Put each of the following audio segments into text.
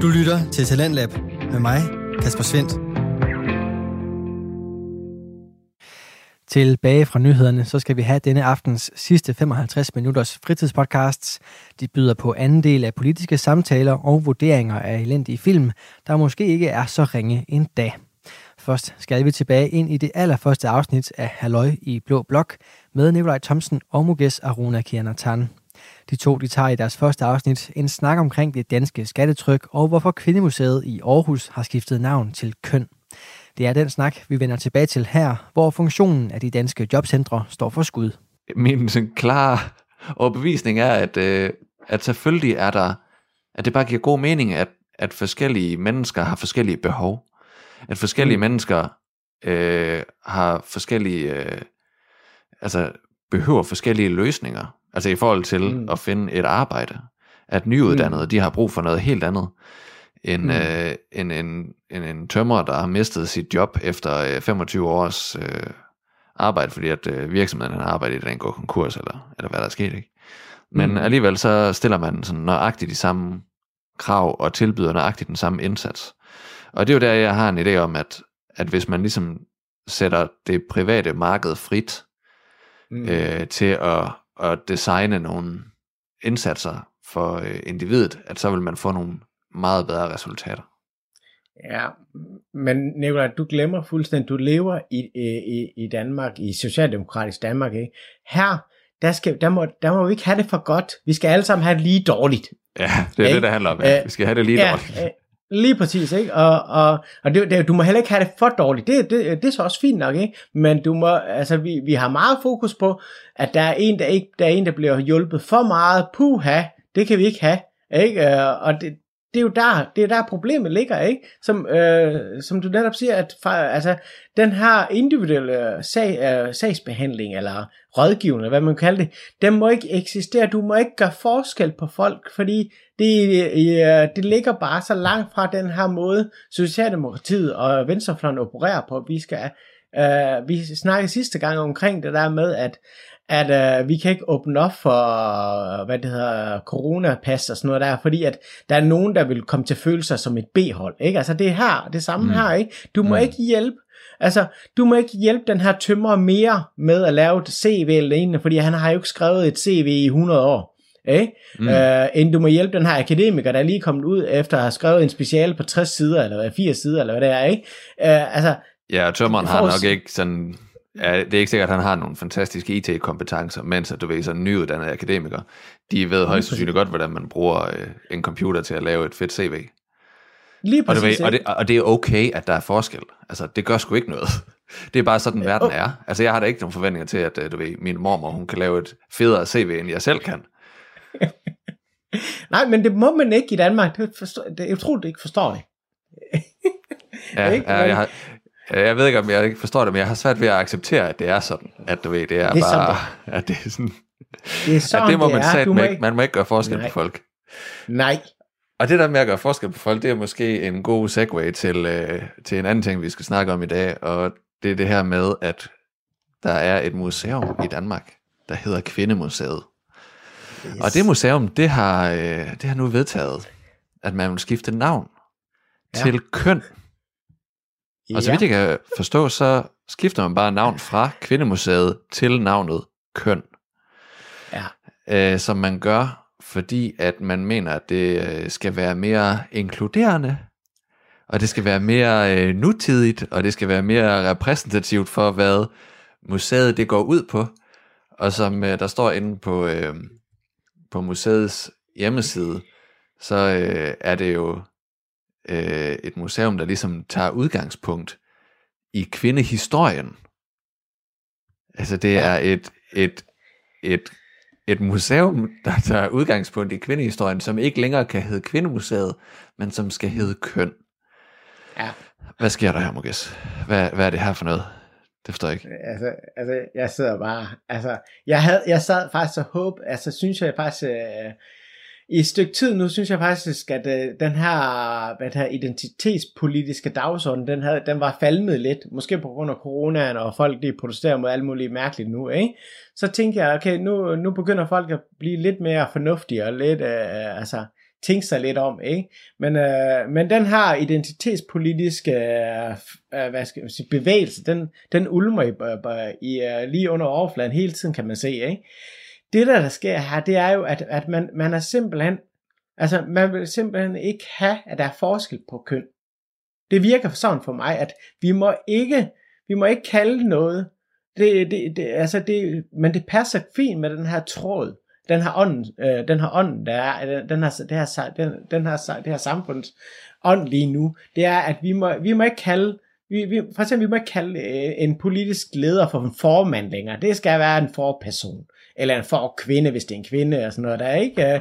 Du lytter til Talentlab med mig, Kasper Svendt. Tilbage fra nyhederne, så skal vi have denne aftens sidste 55 minutters fritidspodcasts. De byder på anden del af politiske samtaler og vurderinger af elendige film, der måske ikke er så ringe endda. Først skal vi tilbage ind i det allerførste afsnit af Halløj i Blå Blok med Nikolaj Thomsen og Mukesh Aruna Kianathan. De tager i deres første afsnit en snak omkring det danske skattetryk og hvorfor Kvindemuseet i Aarhus har skiftet navn til Køn. Det er den snak, vi vender tilbage til her, hvor funktionen af de danske jobcentre står for skud. Min klare overbevisning er, at selvfølgelig er der, at det bare giver god mening, at forskellige mennesker har forskellige behov. At forskellige mennesker har forskellige, behøver forskellige løsninger. Altså i forhold til at finde et arbejde. At nyuddannede, de har brug for noget helt andet end en tømrer, der har mistet sit job efter 25 års arbejde, fordi at virksomheden har arbejdet i den går konkurs, eller hvad der er sket, ikke? Men alligevel så stiller man sådan nøjagtigt de samme krav, og tilbyder nøjagtigt den samme indsats. Og det er jo der, jeg har en idé om, at hvis man ligesom sætter det private marked frit til at designe nogle indsatser for individet, at så vil man få nogle meget bedre resultater. Ja, men Nikolaj, du glemmer fuldstændig, du lever i Danmark, i socialdemokratisk Danmark, ikke? Her, der må vi ikke have det for godt. Vi skal alle sammen have det lige dårligt. Ja, det er det handler om. Ja. Vi skal have det lige dårligt. Lige præcis, ikke? Og du må heller ikke have det for dårligt. Det er så også fint nok, ikke? Men du må, altså vi har meget fokus på, at der er en, der bliver hjulpet for meget. Puha, det kan vi ikke have, ikke? Og det er jo der problemet ligger, ikke? Som du netop siger, at den her individuelle sagsbehandling eller rådgivning, hvad man kalder det, den må ikke eksistere. Du må ikke gøre forskel på folk, fordi det ligger bare så langt fra den her måde, Socialdemokratiet og Venstrefløjen opererer på. Vi snakkede sidste gang omkring det der med, at vi kan ikke åbne op for, coronapas og sådan noget der, fordi at der er nogen, der vil komme til at føle sig som et B-hold, ikke? Altså det er her, det samme her, ikke? Du må ikke hjælpe, den her tømrer mere med at lave et CV eller lignende, fordi han har jo ikke skrevet et CV i 100 år, ikke? End du må hjælpe den her akademiker, der er lige kommet ud efter at have skrevet en speciale på 60 sider, eller 80 sider, eller hvad det er, ikke? Ja, tømmeren har nok ikke sådan... Ja, det er ikke sikkert, at han har nogle fantastiske IT-kompetencer, mens at du ved, sådan nyuddannede akademikere, de ved højst sandsynligt godt, hvordan man bruger en computer til at lave et fedt CV. Lige præcis. Og det er okay, at der er forskel. Altså, det gør sgu ikke noget. Det er bare sådan, verden er. Altså, jeg har da ikke nogen forventninger til, at du ved, min mormor, hun kan lave et federe CV, end jeg selv kan. Nej, men det må man ikke i Danmark. Jeg tror, du ikke forstår det. Jeg ved ikke, om jeg ikke forstår det, men jeg har svært ved at acceptere, at det er sådan. At du ved, det er bare... At det er sådan... Det er sådan, at det må man sige, man må ikke gøre forskel på folk. Nej. Og det der med at gøre forskel på folk, det er måske en god segue til en anden ting, vi skal snakke om i dag, og det er det her med, at der er et museum i Danmark, der hedder Kvindemuseet. Yes. Og det museum, det har nu vedtaget, at man vil skifte navn til Køn. Og så vidt jeg kan forstå, så skifter man bare navn fra Kvindemuseet til navnet Køn. Ja. Som man gør, fordi at man mener, at det skal være mere inkluderende, og det skal være mere nutidigt, og det skal være mere repræsentativt for, hvad museet det går ud på. Og som der står inde på museets hjemmeside, så er det jo et museum, der ligesom tager udgangspunkt i kvindehistorien. Altså det er et museum, der tager udgangspunkt i kvindehistorien, som ikke længere kan hedde Kvindemuseet, men som skal hedde Køn. Ja. Hvad sker der her, Mukesh? Hvad er det her for noget? Det forstår jeg ikke. Altså jeg sidder bare, jeg sad faktisk og håbede, synes jeg faktisk, i et stykke tid nu, synes jeg faktisk, at den her identitetspolitiske dagsorden, den var falmet lidt, måske på grund af coronaen, og folk de protesterer mod alt muligt mærkeligt nu, ikke? Så tænkte jeg, okay, nu begynder folk at blive lidt mere fornuftige, og lidt, tænke sig lidt om, ikke? Men den har identitetspolitiske hvad skal man sige, bevægelse, den ulmer i lige under overfladen hele tiden, kan man se, ikke? Det der sker her, det er jo, at man er simpelthen, altså man vil simpelthen ikke have, at der er forskel på køn. Det virker sådan for mig, at vi må ikke kalde noget, men det passer fint med den her tråd, den her ånd, der er, det her samfunds ånd lige nu. Det er, at vi må ikke kalde, for eksempel vi må ikke kalde en politisk leder for en formand længere. Det skal være en forperson, eller en forkvinde, hvis det er en kvinde, og sådan noget der, ikke?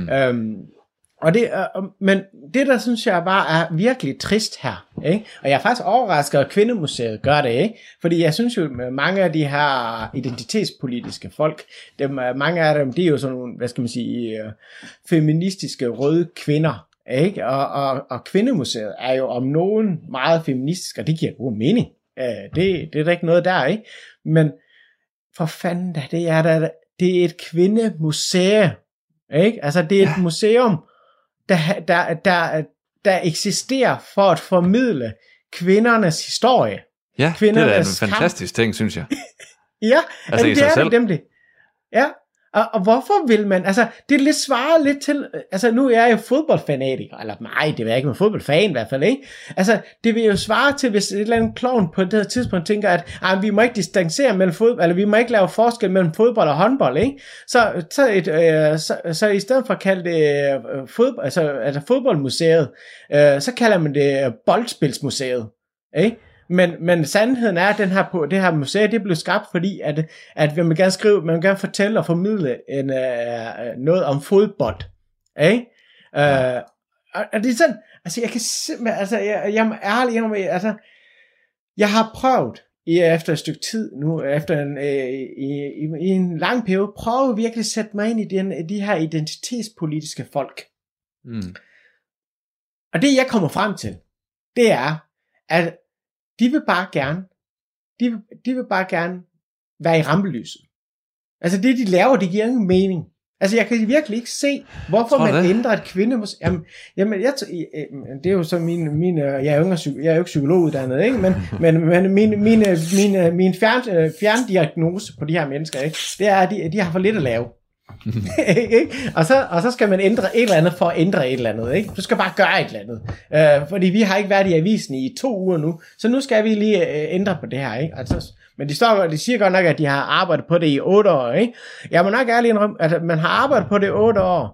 Men det der synes jeg bare er virkelig trist her, ikke? Og jeg er faktisk overrasket, at Kvindemuseet gør det, ikke? Fordi jeg synes jo, mange af de her identitetspolitiske folk, mange af dem, det er jo sådan nogle, hvad skal man sige, feministiske røde kvinder, ikke? Og Kvindemuseet er jo om nogen meget feministisk, og det giver god mening. Det er der ikke noget der, ikke? Men for fanden da, det er et kvindemuseum, ikke? Altså det er et museum, der eksisterer for at formidle kvindernes historie. Ja, kvindernes det er en fantastisk ting, synes jeg. Ja, altså det er det nemlig. Ja, og hvorfor vil man, altså det lidt svarer lidt til, altså nu er jeg jo fodboldfanatiker, eller nej, det vil jeg ikke med fodboldfan i hvert fald, ikke? Altså det vil jo svare til, hvis et eller andet klovn på det her tidspunkt tænker, at vi må ikke distancere mellem fodbold, eller vi må ikke lave forskel mellem fodbold og håndbold, ikke? Så i stedet for at kalde det fodboldmuseet, så kalder man det boldspilsmuseet, ikke? Men sandheden er, at det her museum, det blev skabt, fordi at man vil gerne fortælle og formidle noget om fodbold, ikke? Og det er sådan, altså jeg kan simpelthen, altså jeg må ærligt indrømme, altså jeg har prøvet efter et stykke tid nu, efter i en lang periode, prøvet virkelig at sætte mig ind i de her identitetspolitiske folk. Og det jeg kommer frem til, det er, at de vil bare gerne være i rampelyset. Altså det de laver, det giver ingen mening. Altså jeg kan virkelig ikke se, hvorfor man ændrer et kvindemuseum. Jamen det er jo så jeg er jo ikke psykologuddannet, ikke? Men min fjerndiagnose på de her mennesker, ikke? Det er, at de har for lidt at lave. Ikke? Og så skal man ændre et eller andet for at ændre et eller andet, ikke? Du skal bare gøre et eller andet, fordi vi har ikke været i avisen i 2 uger nu, så nu skal vi lige ændre på det her, ikke? Altså, men de siger godt nok, at de har arbejdet på det i 8 år, ikke? Jeg må nok ærligt indrømme, at man har arbejdet på det i 8 år,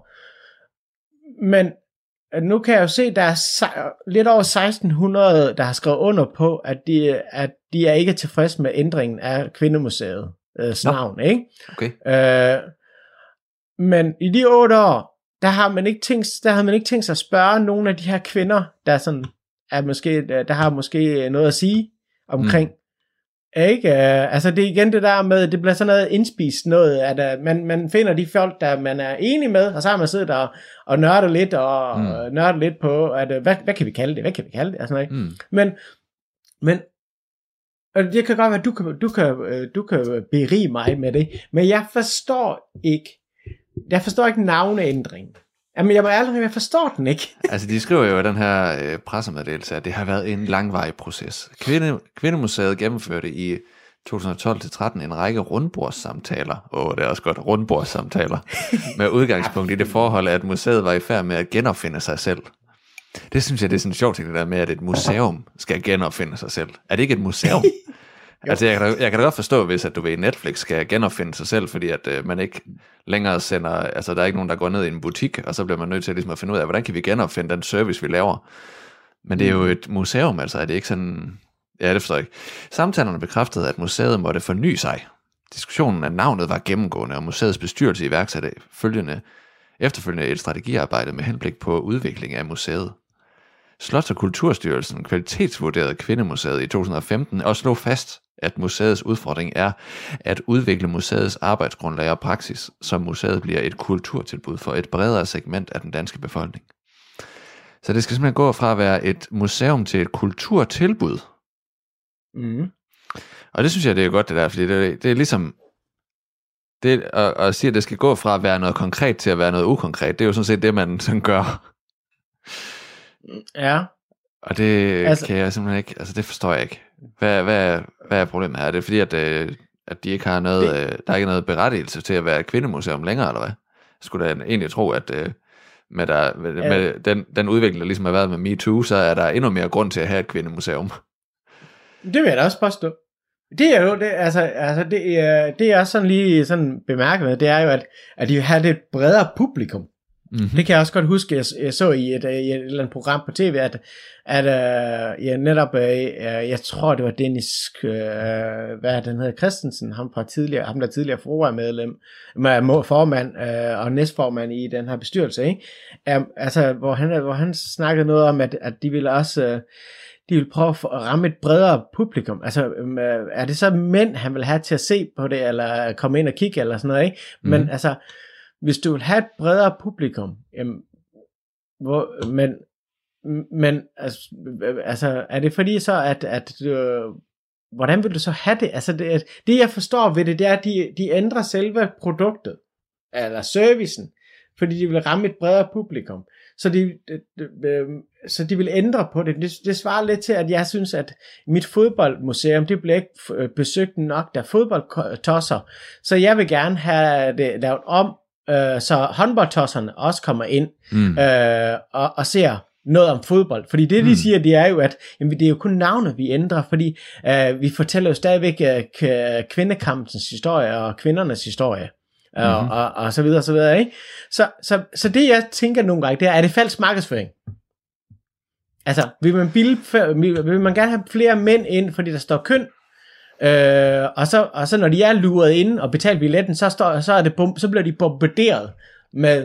men nu kan jeg jo se, at der er lidt over 1600, der har skrevet under på, at de er ikke tilfredse med ændringen af Kvindemuseet navn, ikke? Okay. Men i de 8 år, der har man ikke tænkt sig at spørge nogle af de her kvinder, der har måske noget at sige omkring. Ikke? Altså det er igen det der med, det bliver sådan noget indspist noget, at man finder de folk, der man er enig med, og så har man siddet der og nørdet lidt på, at hvad kan vi kalde det? Altså, men og det kan godt være, du kan berige mig med det, men jeg forstår ikke navneændringen. Jamen, jeg forstår den ikke. Altså, de skriver jo i den her pressemeddelelse, at det har været en langvarig proces. Kvindemuseet gennemførte i 2012-13 en række rundbordssamtaler. Det er også godt, rundbordssamtaler. Med udgangspunkt i det forhold, at museet var i færd med at genopfinde sig selv. Det synes jeg, det er sådan en sjov ting, det der med, at et museum skal genopfinde sig selv. Er det ikke et museum? Altså jeg kan da godt forstå, hvis at du ved Netflix skal genopfinde sig selv, fordi at man ikke længere sender, altså der er ikke nogen, der går ned i en butik, og så bliver man nødt til ligesom at finde ud af, hvordan kan vi genopfinde den service, vi laver. Men det er jo et museum, altså er det ikke sådan, ja det forstår jeg ikke. Samtalerne bekræftede, at museet måtte forny sig. Diskussionen af navnet var gennemgående, og museets bestyrelse iværksatte efterfølgende et strategiarbejde med henblik på udvikling af museet. Slots- og Kulturstyrelsen kvalitetsvurderede Kvindemuseet i 2015 og slog fast, at museets udfordring er at udvikle museets arbejdsgrundlag og praksis, så museet bliver et kulturtilbud for et bredere segment af den danske befolkning. Så det skal simpelthen gå fra at være et museum til et kulturtilbud. Og det synes jeg, det er godt det der, fordi det er ligesom, det at sige, at det skal gå fra at være noget konkret til at være noget ukonkret, det er jo sådan set det, man sådan gør. Ja. Og det kan jeg simpelthen ikke, altså det forstår jeg ikke. Hvad er problemet her? Er det fordi, at de ikke har noget, der er ikke noget berettigelse til at være et kvindemuseum længere, eller hvad? Skulle da egentlig tro, at med den udvikling, der ligesom har været med MeToo, så er der endnu mere grund til at have et kvindemuseum. Det vil jeg da også påstå. Det er jo, det er også sådan lige sådan bemærket, det er jo, at de har et bredere publikum. Mm-hmm. Det kan jeg også godt huske, jeg så i et eller andet program på tv, at netop, jeg tror det var Dennis, hvad den hedder, Christensen, ham der tidligere formedlem, formand og næstformand i den her bestyrelse, ikke? Altså, hvor han snakkede noget om, at de ville også, de vil prøve at ramme et bredere publikum. Altså, er det så mænd, han vil have til at se på det, eller komme ind og kigge, eller sådan noget, ikke? Men altså, hvis du vil have et bredere publikum, men altså, er det fordi så, at hvordan vil du så have det? Altså, det jeg forstår ved det, det er, at de ændrer selve produktet, eller servicen, fordi de vil ramme et bredere publikum. Så de vil ændre på det. Det svarer lidt til, at jeg synes, at mit fodboldmuseum, det bliver ikke besøgt nok, der fodboldtosser. Så jeg vil gerne have det lavet om, så håndboldtosserne også kommer ind og ser noget om fodbold. Fordi det, de siger, det er jo, at det er jo kun navne, vi ændrer, fordi vi fortæller jo stadigvæk kvindekampens historie og kvindernes historie. Og så videre, så videre, ikke? Så det, jeg tænker nogle gange, det er det falsk markedsføring? Altså, vil man gerne have flere mænd ind, fordi der står køn, og så når de er luret inde og betalt billetten, så bliver de bombarderet med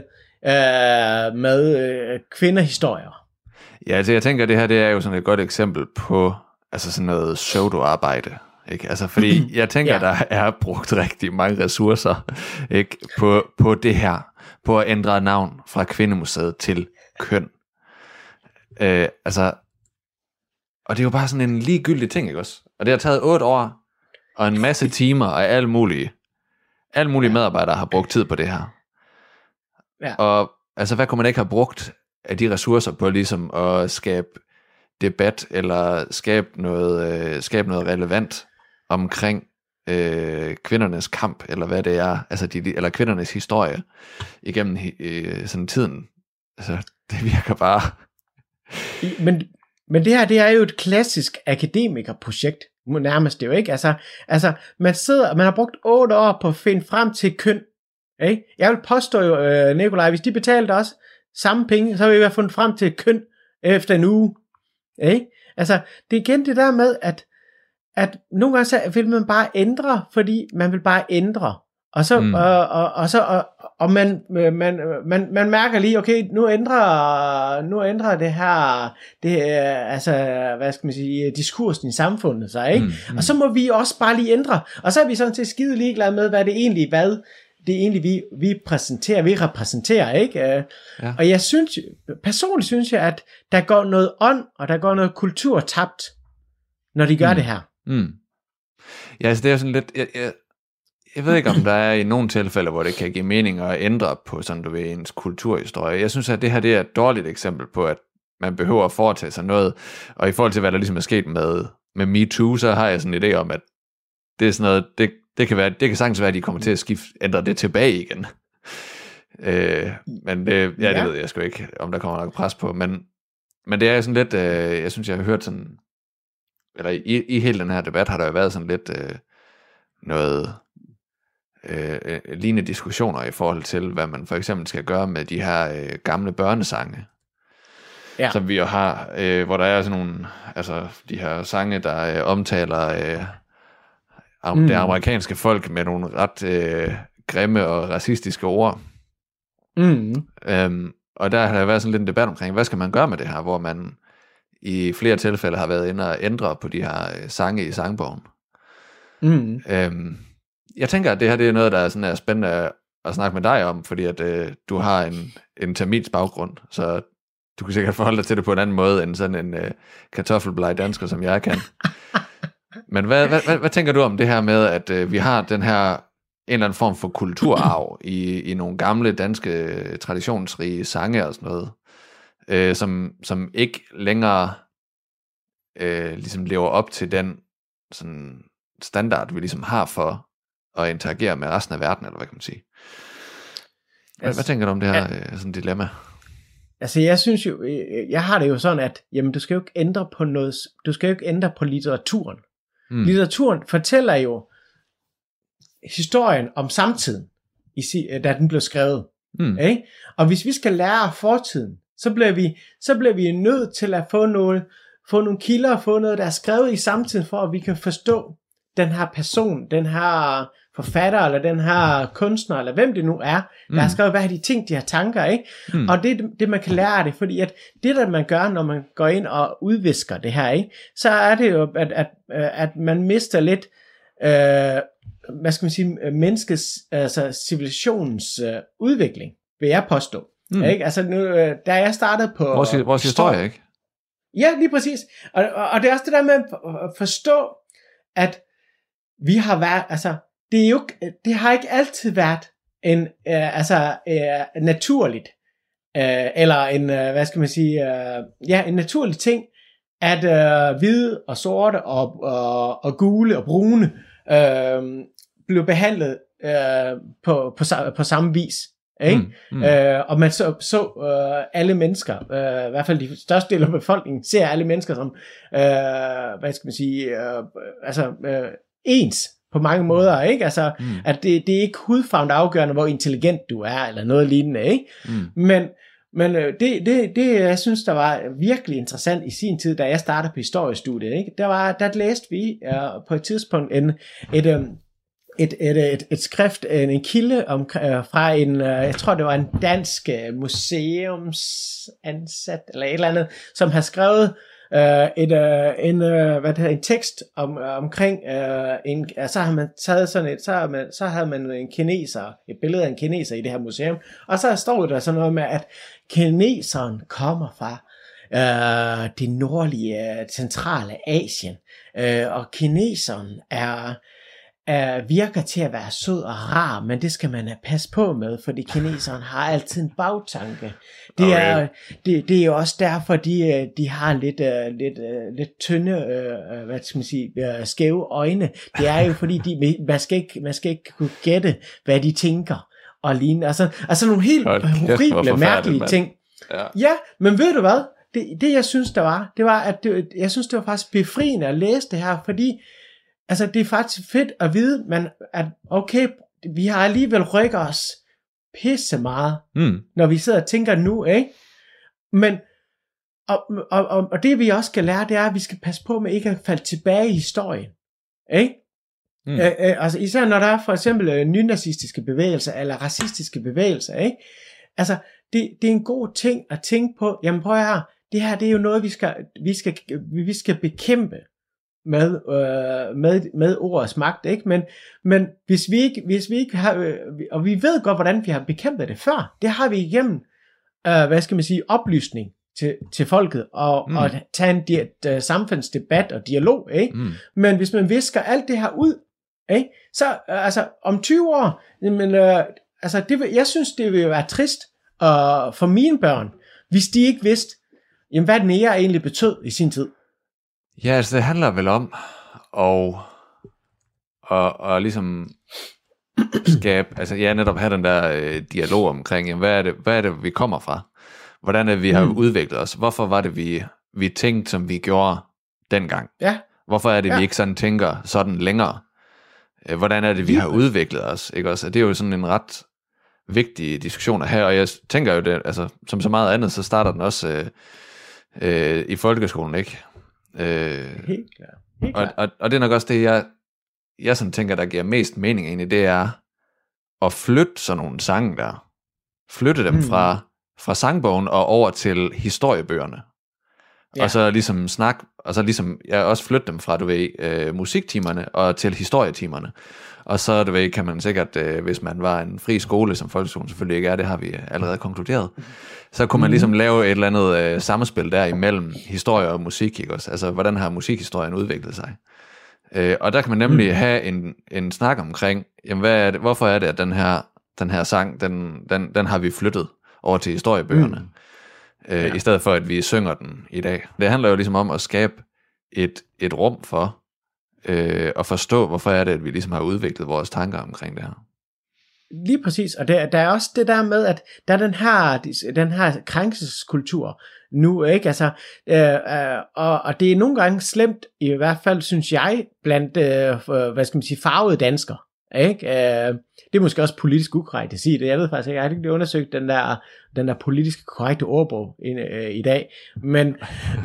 kvindehistorier. Ja, altså jeg tænker, det her, det er jo sådan et godt eksempel på altså sådan noget pseudo-arbejde. Ikke? Altså, fordi jeg tænker, der er brugt rigtig mange ressourcer, ikke? På det her, på at ændre navn fra Kvindemuseet til køn. Altså, og det er jo bare sådan en ligegyldig ting, ikke også? Og det har taget 8 år, og en masse timer, og alle mulige medarbejdere har brugt tid på det her. Ja. Og altså, hvad kunne man ikke have brugt af de ressourcer på, ligesom at skabe debat, eller skabe noget relevant omkring kvindernes kamp, eller hvad det er, altså eller kvindernes historie igennem sådan tiden. Altså, det virker bare... Men det her, det er jo et klassisk akademikerprojekt, nærmest det jo, ikke? Altså man har brugt 8 år på at finde frem til køn, ikke? Jeg vil påstå jo, Nikolaj, hvis de betalte os samme penge, så ville vi have fundet frem til køn efter en uge, ikke? Altså, det er igen det der med, at nogle gange så vil man bare ændre, fordi man vil bare ændre. Og så, og man mærker lige, okay, nu ændrer det her, altså, hvad skal man sige, diskursen i samfundet sig, ikke? Og så må vi også bare lige ændre. Og så er vi sådan til skide ligeglade med, hvad det egentlig vi repræsenterer, ikke? Ja. Og jeg synes, personligt synes jeg, at der går noget ånd, og der går noget kultur tabt, når de gør det her. Ja, altså det er sådan lidt, jeg ved ikke, om der er i nogle tilfælde, hvor det kan give mening at ændre på sådan, du ved, ens kulturhistorie. Jeg synes, at det her, det er et dårligt eksempel på, at man behøver at foretage sig noget, og i forhold til, hvad der ligesom er sket med MeToo, så har jeg sådan en idé om, at det er sådan noget, det kan sagtens være, at de kommer til at ændre det tilbage igen. Men det ved jeg sgu ikke, om der kommer nok pres på, men det er sådan lidt, jeg synes, jeg har hørt sådan, eller i hele den her debat, har der jo været sådan lidt noget lignende diskussioner i forhold til, hvad man for eksempel skal gøre med de her gamle børnesange, som vi jo har, hvor der er sådan nogle, altså de her sange, der omtaler det amerikanske folk med nogle ret grimme og racistiske ord. Og der har der været sådan lidt en debat omkring, hvad skal man gøre med det her, hvor man i flere tilfælde har været inde og ændre på de her sange i sangbogen. Jeg tænker, at det her det er noget, der er sådan er spændende at snakke med dig om, fordi at du har en tamilsk baggrund, så du kan sikkert forholde dig til det på en anden måde, end sådan en kartoffelbleg dansker, som jeg kan. Men hvad tænker du om det her med, at vi har den her eller anden form for kulturarv i nogle gamle danske traditionsrige sange og sådan noget, som ikke længere ligesom lever op til den sådan standard, vi ligesom har for at interagere med resten af verden, eller hvad kan man sige? Hvad tænker du om det her sådan dilemma? Altså jeg synes jo, jeg har det jo sådan, at jamen, du skal jo ikke ændre på noget, du skal jo ikke ændre på litteraturen. Litteraturen fortæller jo historien om samtiden, da den blev skrevet. Ikke? Og hvis vi skal lære af fortiden, så bliver vi nødt til at få nogle kilder, få noget, der er skrevet i samtiden, for at vi kan forstå den her person, den her forfatter, eller den her kunstner, eller hvem det nu er, der har skrevet, hvad har de tænkt, de her tanker, ikke? Og det man kan lære af det, fordi at det, der man gør, når man går ind og udvisker det her, ikke? Så er det jo, at man mister lidt, hvad skal man sige, menneskets, altså civilisationens udvikling, vil jeg påstå. Ikke? Altså nu, da jeg startede på vores historie, ikke? Ja, lige præcis. Og det er også det der med at forstå, at vi har været, altså det har ikke altid været en naturligt eller en en naturlig ting at hvide og sorte og gule og brune blev behandlet på samme vis. Ikke? Og man så alle mennesker, i hvert fald de største del af befolkningen, ser alle mennesker som ens på mange måder, ikke? Altså, at det er ikke hudfarven afgørende, hvor intelligent du er, eller noget lignende, ikke? Men det jeg synes, der var virkelig interessant i sin tid, da jeg startede på historiestudiet, ikke? Der læste vi på et tidspunkt et skrift, en kilde fra en, jeg tror det var en dansk museumsansat, eller et eller andet, som har skrevet en tekst omkring så har man taget sådan så havde man et billede af en kineser i det her museum, og så står der sådan noget med, at kineseren kommer fra det nordlige centrale Asien, og kineseren virker til at være sød og rar, men det skal man passe på med, fordi kineseren har altid en bagtanke. Det er jo også derfor, de har lidt tynde, hvad skal man sige, skæve øjne. Det er jo fordi, man skal ikke kunne gætte, hvad de tænker og lignende. Altså nogle helt horrible, mærkelige ting. Ja, men ved du hvad? Det jeg synes, det var, at jeg synes, det var faktisk befriende at læse det her, fordi altså, det er faktisk fedt at vide, at okay, vi har alligevel rykket os pisse meget, når vi sidder og tænker nu, ikke? Men, og det vi også skal lære, det er, at vi skal passe på med ikke at falde tilbage i historien, ikke? Altså, især når der er for eksempel nynazistiske bevægelser, eller racistiske bevægelser, ikke? Altså, det er en god ting at tænke på, jamen prøv her, det her, det er jo noget, vi skal bekæmpe, med ordets magt, ikke? Men hvis vi ikke har, og vi ved godt, hvordan vi har bekæmpet det før, det har vi igennem, hvad skal man sige, oplysning til folket, og tage en samfundsdebat og dialog, ikke? Men hvis man visker alt det her ud, ikke? Så altså, om 20 år, jeg synes, det vil være trist for mine børn, hvis de ikke vidste, jamen, hvad den ære egentlig betød i sin tid. Ja, altså det handler vel om at ligesom skabe, altså ja, netop have den der dialog omkring, jamen, hvad er det vi kommer fra? Hvordan er det vi har udviklet os? Hvorfor var det vi tænkte som vi gjorde dengang? Ja. Hvorfor er det vi ikke sådan tænker sådan længere? Hvordan er det vi har udviklet os? Ikke også? Det er jo sådan en ret vigtig diskussion at have, og jeg tænker jo det, altså som så meget andet, så starter den også i folkeskolen, ikke? Helt klart. Og det er nok også det, jeg sådan tænker, der giver mest mening egentlig, det er at flytte sådan nogle sange der. Flytte dem fra sangbogen og over til historiebøgerne. Ja. Og så ligesom også flytte dem fra, musiktimerne og til historietimerne. Og så, kan man sikkert, hvis man var en fri skole, som folkeskolen selvfølgelig ikke er, det har vi allerede konkluderet, så kunne man ligesom lave et eller andet samspil der imellem historie og musik, ikke også? Altså, hvordan har musikhistorien udviklet sig? Og der kan man nemlig have en snak omkring, jamen hvorfor er det, at den her sang, den har vi flyttet over til historiebøgerne, i stedet for, at vi synger den i dag. Det handler jo ligesom om at skabe et rum for at forstå, hvorfor er det, at vi ligesom har udviklet vores tanker omkring det her. Lige præcis, og der er også det der med, at der er den her krænkelseskultur nu, ikke? Altså, og det er nogle gange slemt, i hvert fald synes jeg, blandt, hvad skal man sige, farvede danskere, ikke? Det er måske også politisk ukorrekt at sige det, jeg ved faktisk ikke, jeg har ikke undersøgt den der politisk korrekte ordbog i dag, men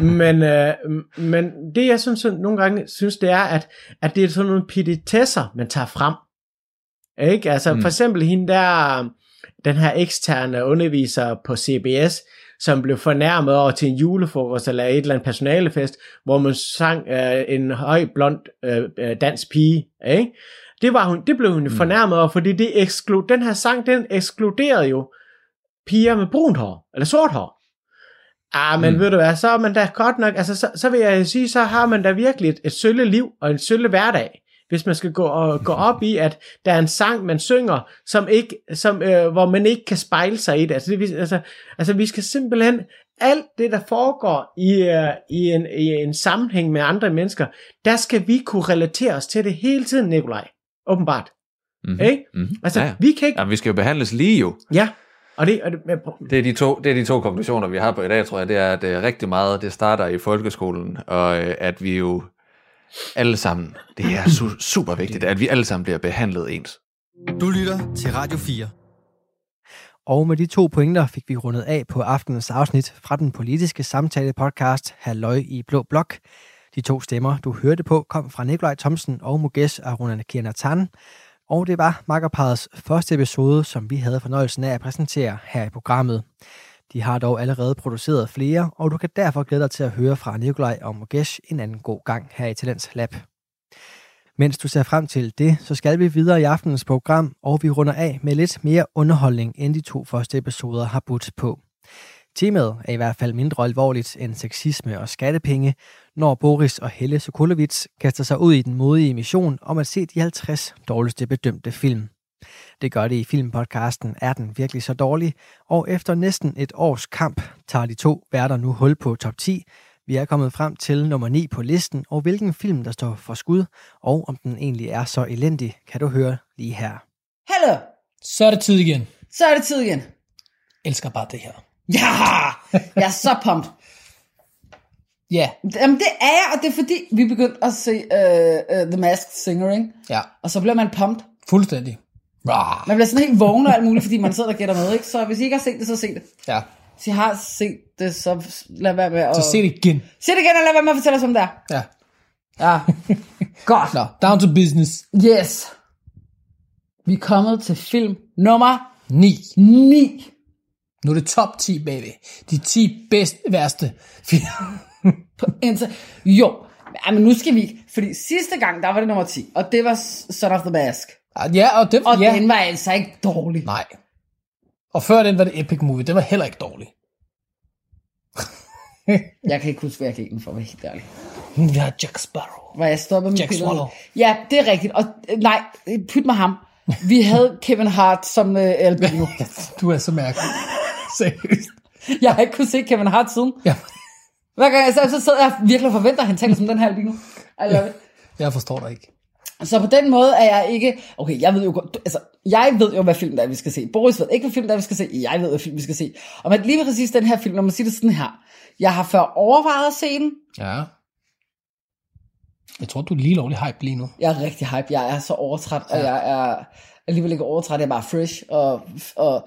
det jeg synes nogle gange synes, det er, at det er sådan nogle petitesser, man tager frem. Ikke? Altså for eksempel hende der, den her eksterne underviser på CBS, som blev fornærmet over til en julefrokost eller et eller andet personalefest, hvor man sang en høj blond dansk pige, ikke? Det blev hun fornærmet over, fordi den her sang, den ekskluderede jo piger med brunt hår, eller sort hår. Men ved du hvad, så er man da godt nok, altså så vil jeg sige, så har man da virkelig et sølle liv og en sølle hverdag, hvis man skal gå op i, at der er en sang, man synger, hvor man ikke kan spejle sig i det. Altså vi skal simpelthen, alt det, der foregår i en sammenhæng med andre mennesker, der skal vi kunne relatere os til det hele tiden, Nikolaj. Åbenbart. Ikke? Altså, ja. Vi kan ikke... Ja, vi skal jo behandles lige jo. Ja. Det er de to konklusioner, vi har på i dag, tror jeg. Det er, at rigtig meget, det starter i folkeskolen, og at vi jo alle sammen, det er super vigtigt, at vi alle sammen bliver behandlet ens. Du lytter til Radio 4. Og med de 2 pointer fik vi rundet af på aftenens afsnit fra den politiske samtale-podcast Halløj i Blå Blok. De 2 stemmer, du hørte på, kom fra Nikolaj Thomsen og Mukesh Arunanakearnatan. Og det var makkerparrets første episode, som vi havde fornøjelsen af at præsentere her i programmet. De har dog allerede produceret flere, og du kan derfor glæde dig til at høre fra Nikolaj og Mukesh en anden god gang her i Talents Lab. Mens du ser frem til det, så skal vi videre i aftenens program, og vi runder af med lidt mere underholdning, end de 2 første episoder har budt på. Temaet er i hvert fald mindre alvorligt end sexisme og skattepenge, når Boris og Helle Sokolovits kaster sig ud i den modige mission om at se de 50 dårligste bedømte film. Det gør det i filmpodcasten Er den virkelig så dårlig? Og efter næsten et års kamp tager de 2 værter nu hul på top 10. Vi er kommet frem til nummer 9 på listen, og hvilken film der står for skud, og om den egentlig er så elendig, kan du høre lige her. Hallo! Så er det tid igen. Elsker bare det her. Ja! Jeg er så pumped. Ja. Jamen det er jeg, og det er fordi, vi begyndte at se The Masked Singer, ikke? Ja. Og så bliver man pumped. Fuldstændig. Man bliver sådan helt vågen og alt muligt, fordi man sidder og gætter med, ikke? Så hvis I ikke har set det, så se det. Ja. Hvis I har set det, så lad være med at... Så se det igen. Se det igen, og lad være med at fortælle os om det er. Ja. Ja. Godt. Nå, down to business. Yes. Vi er kommet til film nummer 9. Nu er det top 10, baby. De 10 værste film. Jo, men nu skal vi ikke. Fordi sidste gang, der var det nummer 10. Og det var Son of the Mask. Ja, og den var altså ikke dårlig. Nej. Og før den var det Epic Movie. Den var heller ikke dårlig. Jeg kan ikke huske, hvad jeg gik den for, at være helt ærlig. Vi har Jack Sparrow. Var jeg stoppet med Jack Swallow. Ja, det er rigtigt. Og nej, pyt med ham. Vi havde Kevin Hart som albino. Du er så mærkelig. Seriøst. Jeg har ikke kunnet se Kevin Hart siden. Ja. Hver gang så sidder jeg virkelig og forventer, at han taler som den her albino. I love it. Jeg forstår dig ikke. Så på den måde er jeg ikke... Okay, jeg ved jo, hvad film der er, vi skal se. Boris ved ikke, hvad film der er, vi skal se. Jeg ved, hvad film vi skal se. Og med lige præcis den her film, når man siger det sådan her. Jeg har før overvejet at se den. Ja. Jeg tror, du er lige lovlig hype lige nu. Jeg er rigtig hype. Jeg er så overtræt, og jeg er alligevel ikke overtræt. Jeg er bare fresh og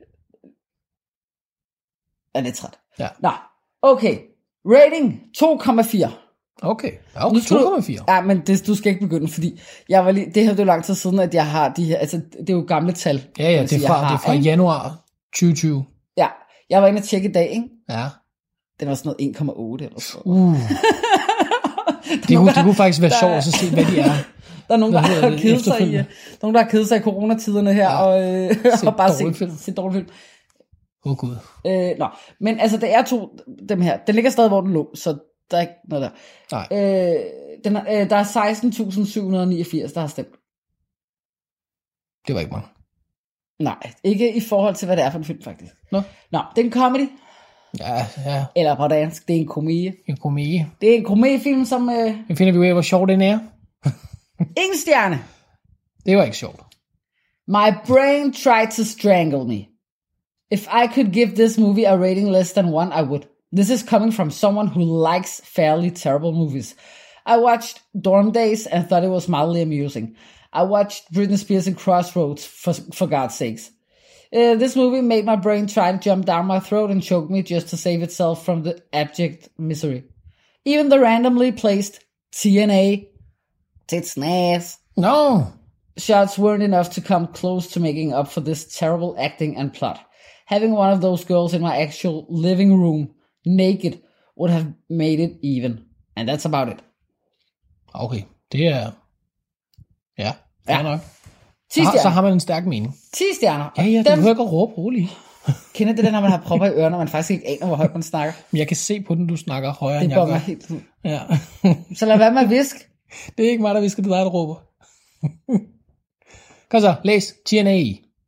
er lidt træt. Ja. Nå, okay. Rating 2,4. Okay, 2,4. Ja, men du skal ikke begynde, fordi jeg var lige, det her det er jo lang tid siden, at jeg har de her, altså det er jo gamle tal. Ja, det er fra januar 2020. Ja, jeg var inde og tjekke i dag, ikke? Ja. Den var sådan noget 1,8 eller så. Det kunne faktisk være sjovt at se, hvad de er. Der er nogen, der har kedet sig i coronatiderne her, og bare set dårlig film. Gud. Men altså, det er dem her. Den ligger stadig, hvor den lå, så Der er ikke noget der. Nej. Der er 16.789, der har stemt. Det var ikke mange. Nej, ikke i forhold til, hvad det er for en film, faktisk. Nå, Nå, det er en comedy, ja. eller på dansk, det er en komedie. En komedie. Det er en komediefilm, som... Den finder vi ud af, hvor sjov den er. ingen stjerne. Det var ikke sjovt. My brain tried to strangle me. If I could give this movie a rating less than 1, I would. This is coming from someone who likes fairly terrible movies. I watched Dorm Days and thought it was mildly amusing. I watched Britney Spears in Crossroads, for God's sakes. This movie made my brain try to jump down my throat and choke me just to save itself from the abject misery. Even the randomly placed TNA, tits and ass, No. shots weren't enough to come close to making up for this terrible acting and plot. Having one of those girls in my actual living room, naked, would have made it even. And that's about it. Okay, det er... Ja, fair nok. 10 Så stjerner. har man en stærk mening. 10 stjerner. Ja, du behøver ikke at råbe roligt. Kender det, når man har propper i ørerne, og man faktisk ikke aner, hvor højt man snakker? Men jeg kan se på den, du snakker højere, Det end jeg bomber gør. helt ud. Ja. Så lad være med at viske. Det er ikke mig, der visker, det er dig, der råber. Kom så, læs TNA.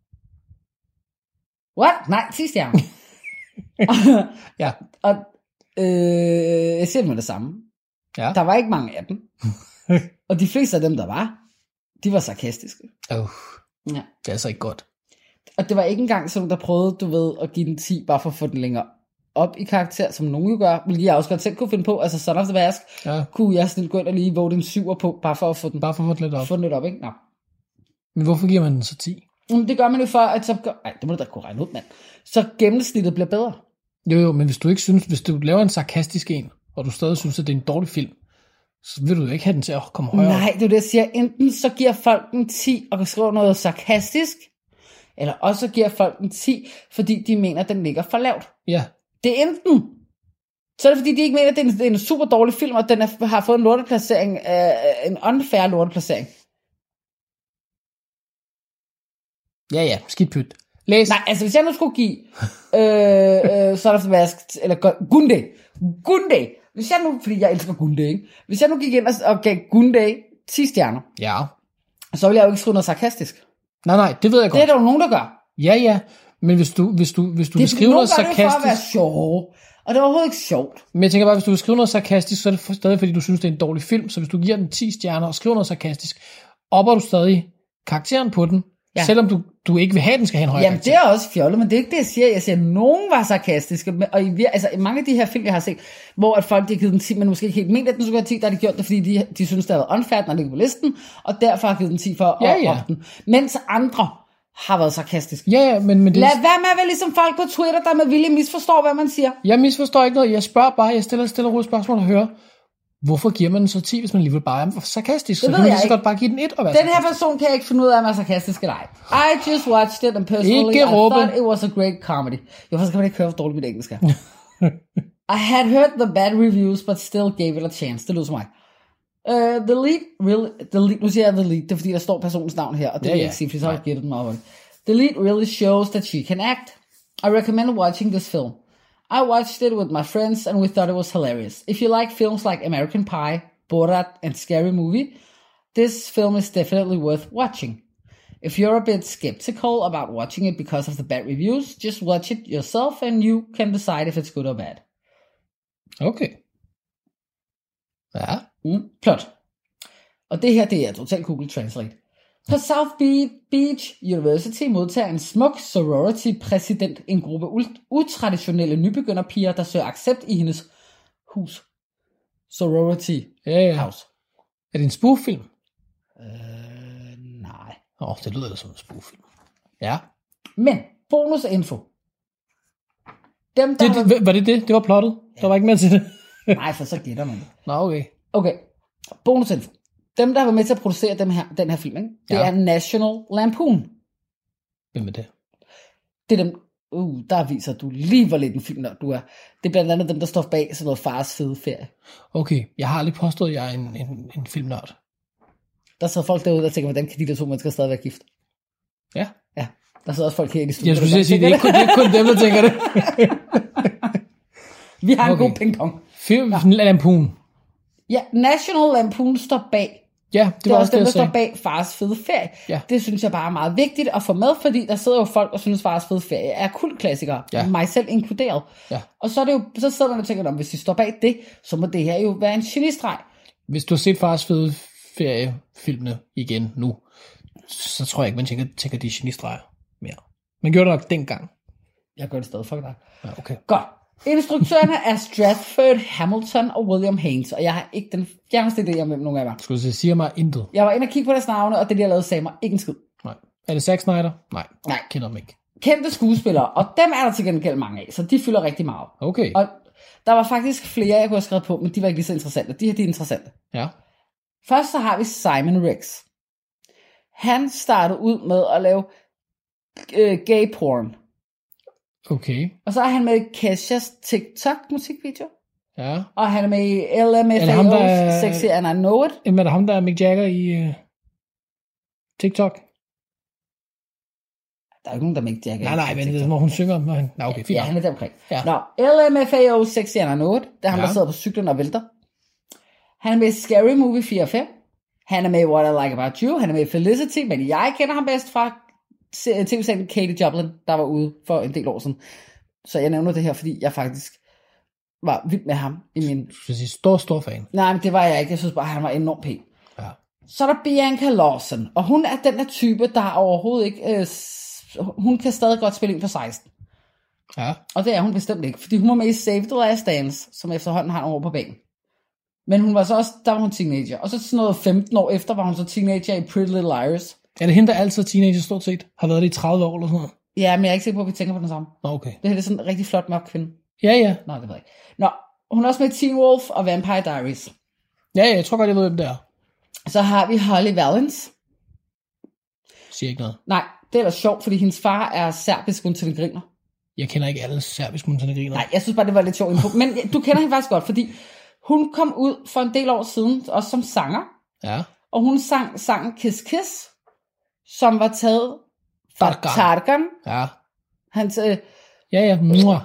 What? Nej, 10 stjerner. Ja. Og jeg siger det med det samme. Ja. Der var ikke mange af dem. Og de fleste af dem, der var, de var sarkastiske. Ja. Ja. Det er altså ikke godt. Og det var ikke engang sådan, der prøvede, du ved, at give den 10, bare for at få den længere op i karakter, som nogen jo gør, hvilket jeg også godt selv kunne finde på. Altså Son of the Mask, kunne jeg sådan gå ind og lige våge den 7'er på, bare for at få den, Bare for at få det lidt op. få den lidt op, ikke? Nå. Men hvorfor giver man den så 10? Men det gør man jo for, at så... Ej, det må du da kunne regne ud, mand. Så gennemsnittet bliver bedre. Jo, men hvis du ikke synes, hvis du laver en sarkastisk en, og du stadig synes, at det er en dårlig film, så vil du jo ikke have den til at komme højere. Nej, det er jo det, jeg siger. Enten så giver folk den 10 og kan skrive noget sarkastisk, eller også giver folk den 10, fordi de mener, at den ligger for lavt. Ja. Det er enten. Så er det fordi, de ikke mener, at det er en super dårlig film, og den har fået en lorteplacering, en unfair lorteplacering. Ja, skidt pyt. Læs. Nej, altså hvis jeg nu skulle give Son of the Mask, eller Gunday, hvis jeg nu, fordi jeg elsker Gunday, ikke? Hvis jeg nu gik ind og gav Gunday 10 stjerner, Ja. så ville jeg jo ikke skrive noget sarkastisk. Nej, det ved jeg godt. Det er der jo nogen, der gør. Ja, men hvis du vil skrive noget sarkastisk... Det er for at være sjov, og det er overhovedet ikke sjovt. Men jeg tænker bare, hvis du vil skrive noget sarkastisk, så er det stadig fordi, du synes, det er en dårlig film. Så hvis du giver den 10 stjerner og skriver noget sarkastisk, opper du stadig karakteren på den, selvom du ikke vil have, den skal have en højere karakter. Det er også fjollet, men det er ikke det, jeg siger. Jeg siger, at nogen var sarkastiske, og altså, i mange af de her film, jeg har set, hvor at folk de har givet den 10, men måske ikke helt ment, at den skulle have 10, der har de gjort det, fordi de synes, det har været unfair, når det ligger på listen, og derfor har givet den 10 for at op den. Mens andre har været sarkastiske. Ja, men det... Lad være med at være ligesom folk på Twitter, der med vilje misforstår, hvad man siger. Jeg misforstår ikke noget. Jeg spørger bare, jeg stiller roligt spørgsmål og hører, hvorfor giver man den så 10, hvis man alligevel bare er sarkastisk? Så kan man lige så godt bare give den 1 og være Den her person kan jeg ikke finde ud af, om er sarkastisk eller ej. I just watched it and personally I thought it was a great comedy. Jo, hvorfor skal man ikke høre, hvor dårligt mit engelsk er? I had heard the bad reviews, but still gave it a chance. Det lyder som mig. The lead, nu siger jeg the lead, det er fordi, der står personens navn her, og det vil jeg ikke sige, fordi så har jeg gættet den meget. The lead really shows that she can act. I recommend watching this film. I watched it with my friends and we thought it was hilarious. If you like films like American Pie, Borat and Scary Movie, this film is definitely worth watching. If you're a bit skeptical about watching it because of the bad reviews, just watch it yourself and you can decide if it's good or bad. Okay. Ja. Plot. Og det her, det er totalt Google Translate. På South Beach University modtager en smuk sorority-præsident en gruppe utraditionelle nybegynderpiger, der søger accept i hendes hus. Sorority house. Er det en spoof-film? Nej. Det lyder da som en spoof-film. Ja. Men, bonusinfo. Var det det? Det var plottet? Ja. Der var ikke mere til det? Nej, for så gætter man det. Nå, okay. Okay, bonusinfo. Dem, der har været med til at producere den her film, ikke? Det er National Lampoon. Hvem er det? Det er dem, der viser du lige, hvor lidt en film du er. Det er blandt andet dem, der står bag sådan noget Fars fede ferie. Okay, jeg har aldrig påstået, at jeg er en filmnørd. Der sidder folk derude, der tænker, hvordan kan de der to mennesker stadig være gift? Ja. Ja, der sidder også folk her i studiet. Jeg skulle sige, det er ikke kun dem, der tænker det. Vi har en god pingpong. Lampoon. Ja, National Lampoon står bag. Ja, det var også dem, der står bag Fars Fede Ferie. Ja. Det synes jeg bare er meget vigtigt at få med, fordi der sidder jo folk, og synes, Fars Fede Ferie er kultklassikere. Ja. Mig selv inkluderet. Ja. Og så er det jo, så sidder man og tænker, hvis de står bag det, så må det her jo være en genistreg. Hvis du har set Fars Fede Ferie-filmene igen nu, så tror jeg ikke, man tænker de er genistreger mere. Man gjorde det nok dengang. Jeg gør det stadig, fuck dig. Ja, okay. Godt. Instruktørerne er Stratford Hamilton og William Haynes, og jeg har ikke den fjerneste idé om, hvem nogen af dem er. Skulle du sige mig intet? Jeg var inde og kigge på deres navne, og det, de har lavet, sagde mig ikke en skid. Nej. Er det Zack Snyder? Nej. Kender dem ikke. Kendte skuespillere, og dem er der til gengæld mange af, så de fylder rigtig meget. Okay. Og der var faktisk flere, jeg kunne have skrevet på, men de var ikke lige så interessante. De her, de er interessante. Ja. Først så har vi Simon Rex. Han startede ud med at lave gay porn. Okay. Og så er han med i Keshas TikTok-musikvideo. Ja. Og han er med i LMFAO's Sexy and I Know It. Er det ham, der er Mick Jagger i TikTok? Der er ikke nogen, der er Mick Jagger. Nej, men det er, når hun synger. Nej, okay, fint. Ja, han er der omkring. Ja. Nå, LMFAO's Sexy and I Know It. Det er ham, der sidder på cyklen og vælter. Han er med i Scary Movie 4 og 5. Han er med i What I Like About You. Han er med i Felicity, men jeg kender ham bedst fra tv-serien Katie Joplin, der var ude for en del år siden. Så jeg nævner det her, fordi jeg faktisk var vild med ham i min... Du skal sige stor fan. Nej, men det var jeg ikke. Jeg synes bare, han var enormt pæn. Ja. Så er der Bianca Lawson, og hun er den der type, der overhovedet ikke... hun kan stadig godt spille ind for 16. Ja. Og det er hun bestemt ikke, fordi hun var med i Save the Last Dance, som efterhånden har over på banen. Men hun var så også, der var hun teenager. Og så sådan noget 15 år efter, var hun så teenager i Pretty Little Liars. Er det hende, der altid er teenager stort set? Har været det i 30 år eller sådan noget? Ja, men jeg er ikke sikker på, at vi tænker på den samme. Okay. Det her er sådan en rigtig flot mørk kvinde. Ja. Nå, det ved jeg ikke. Nå, hun er også med i Teen Wolf og Vampire Diaries. Ja, jeg tror godt, jeg ved, hvem det er. Så har vi Holly Valance. Siger ikke noget. Nej, det er da sjovt, fordi hendes far er serbisk montenegriner. Jeg kender ikke alle serbisk montenegriner. Nej, jeg synes bare, det var lidt sjovt info. Men du kender hende faktisk godt, fordi hun kom ud for en del år siden, også som sanger. Ja. Og hun sang sangen Kiss Kiss, som var taget fra Tarkan. Ja. Hans... Ja.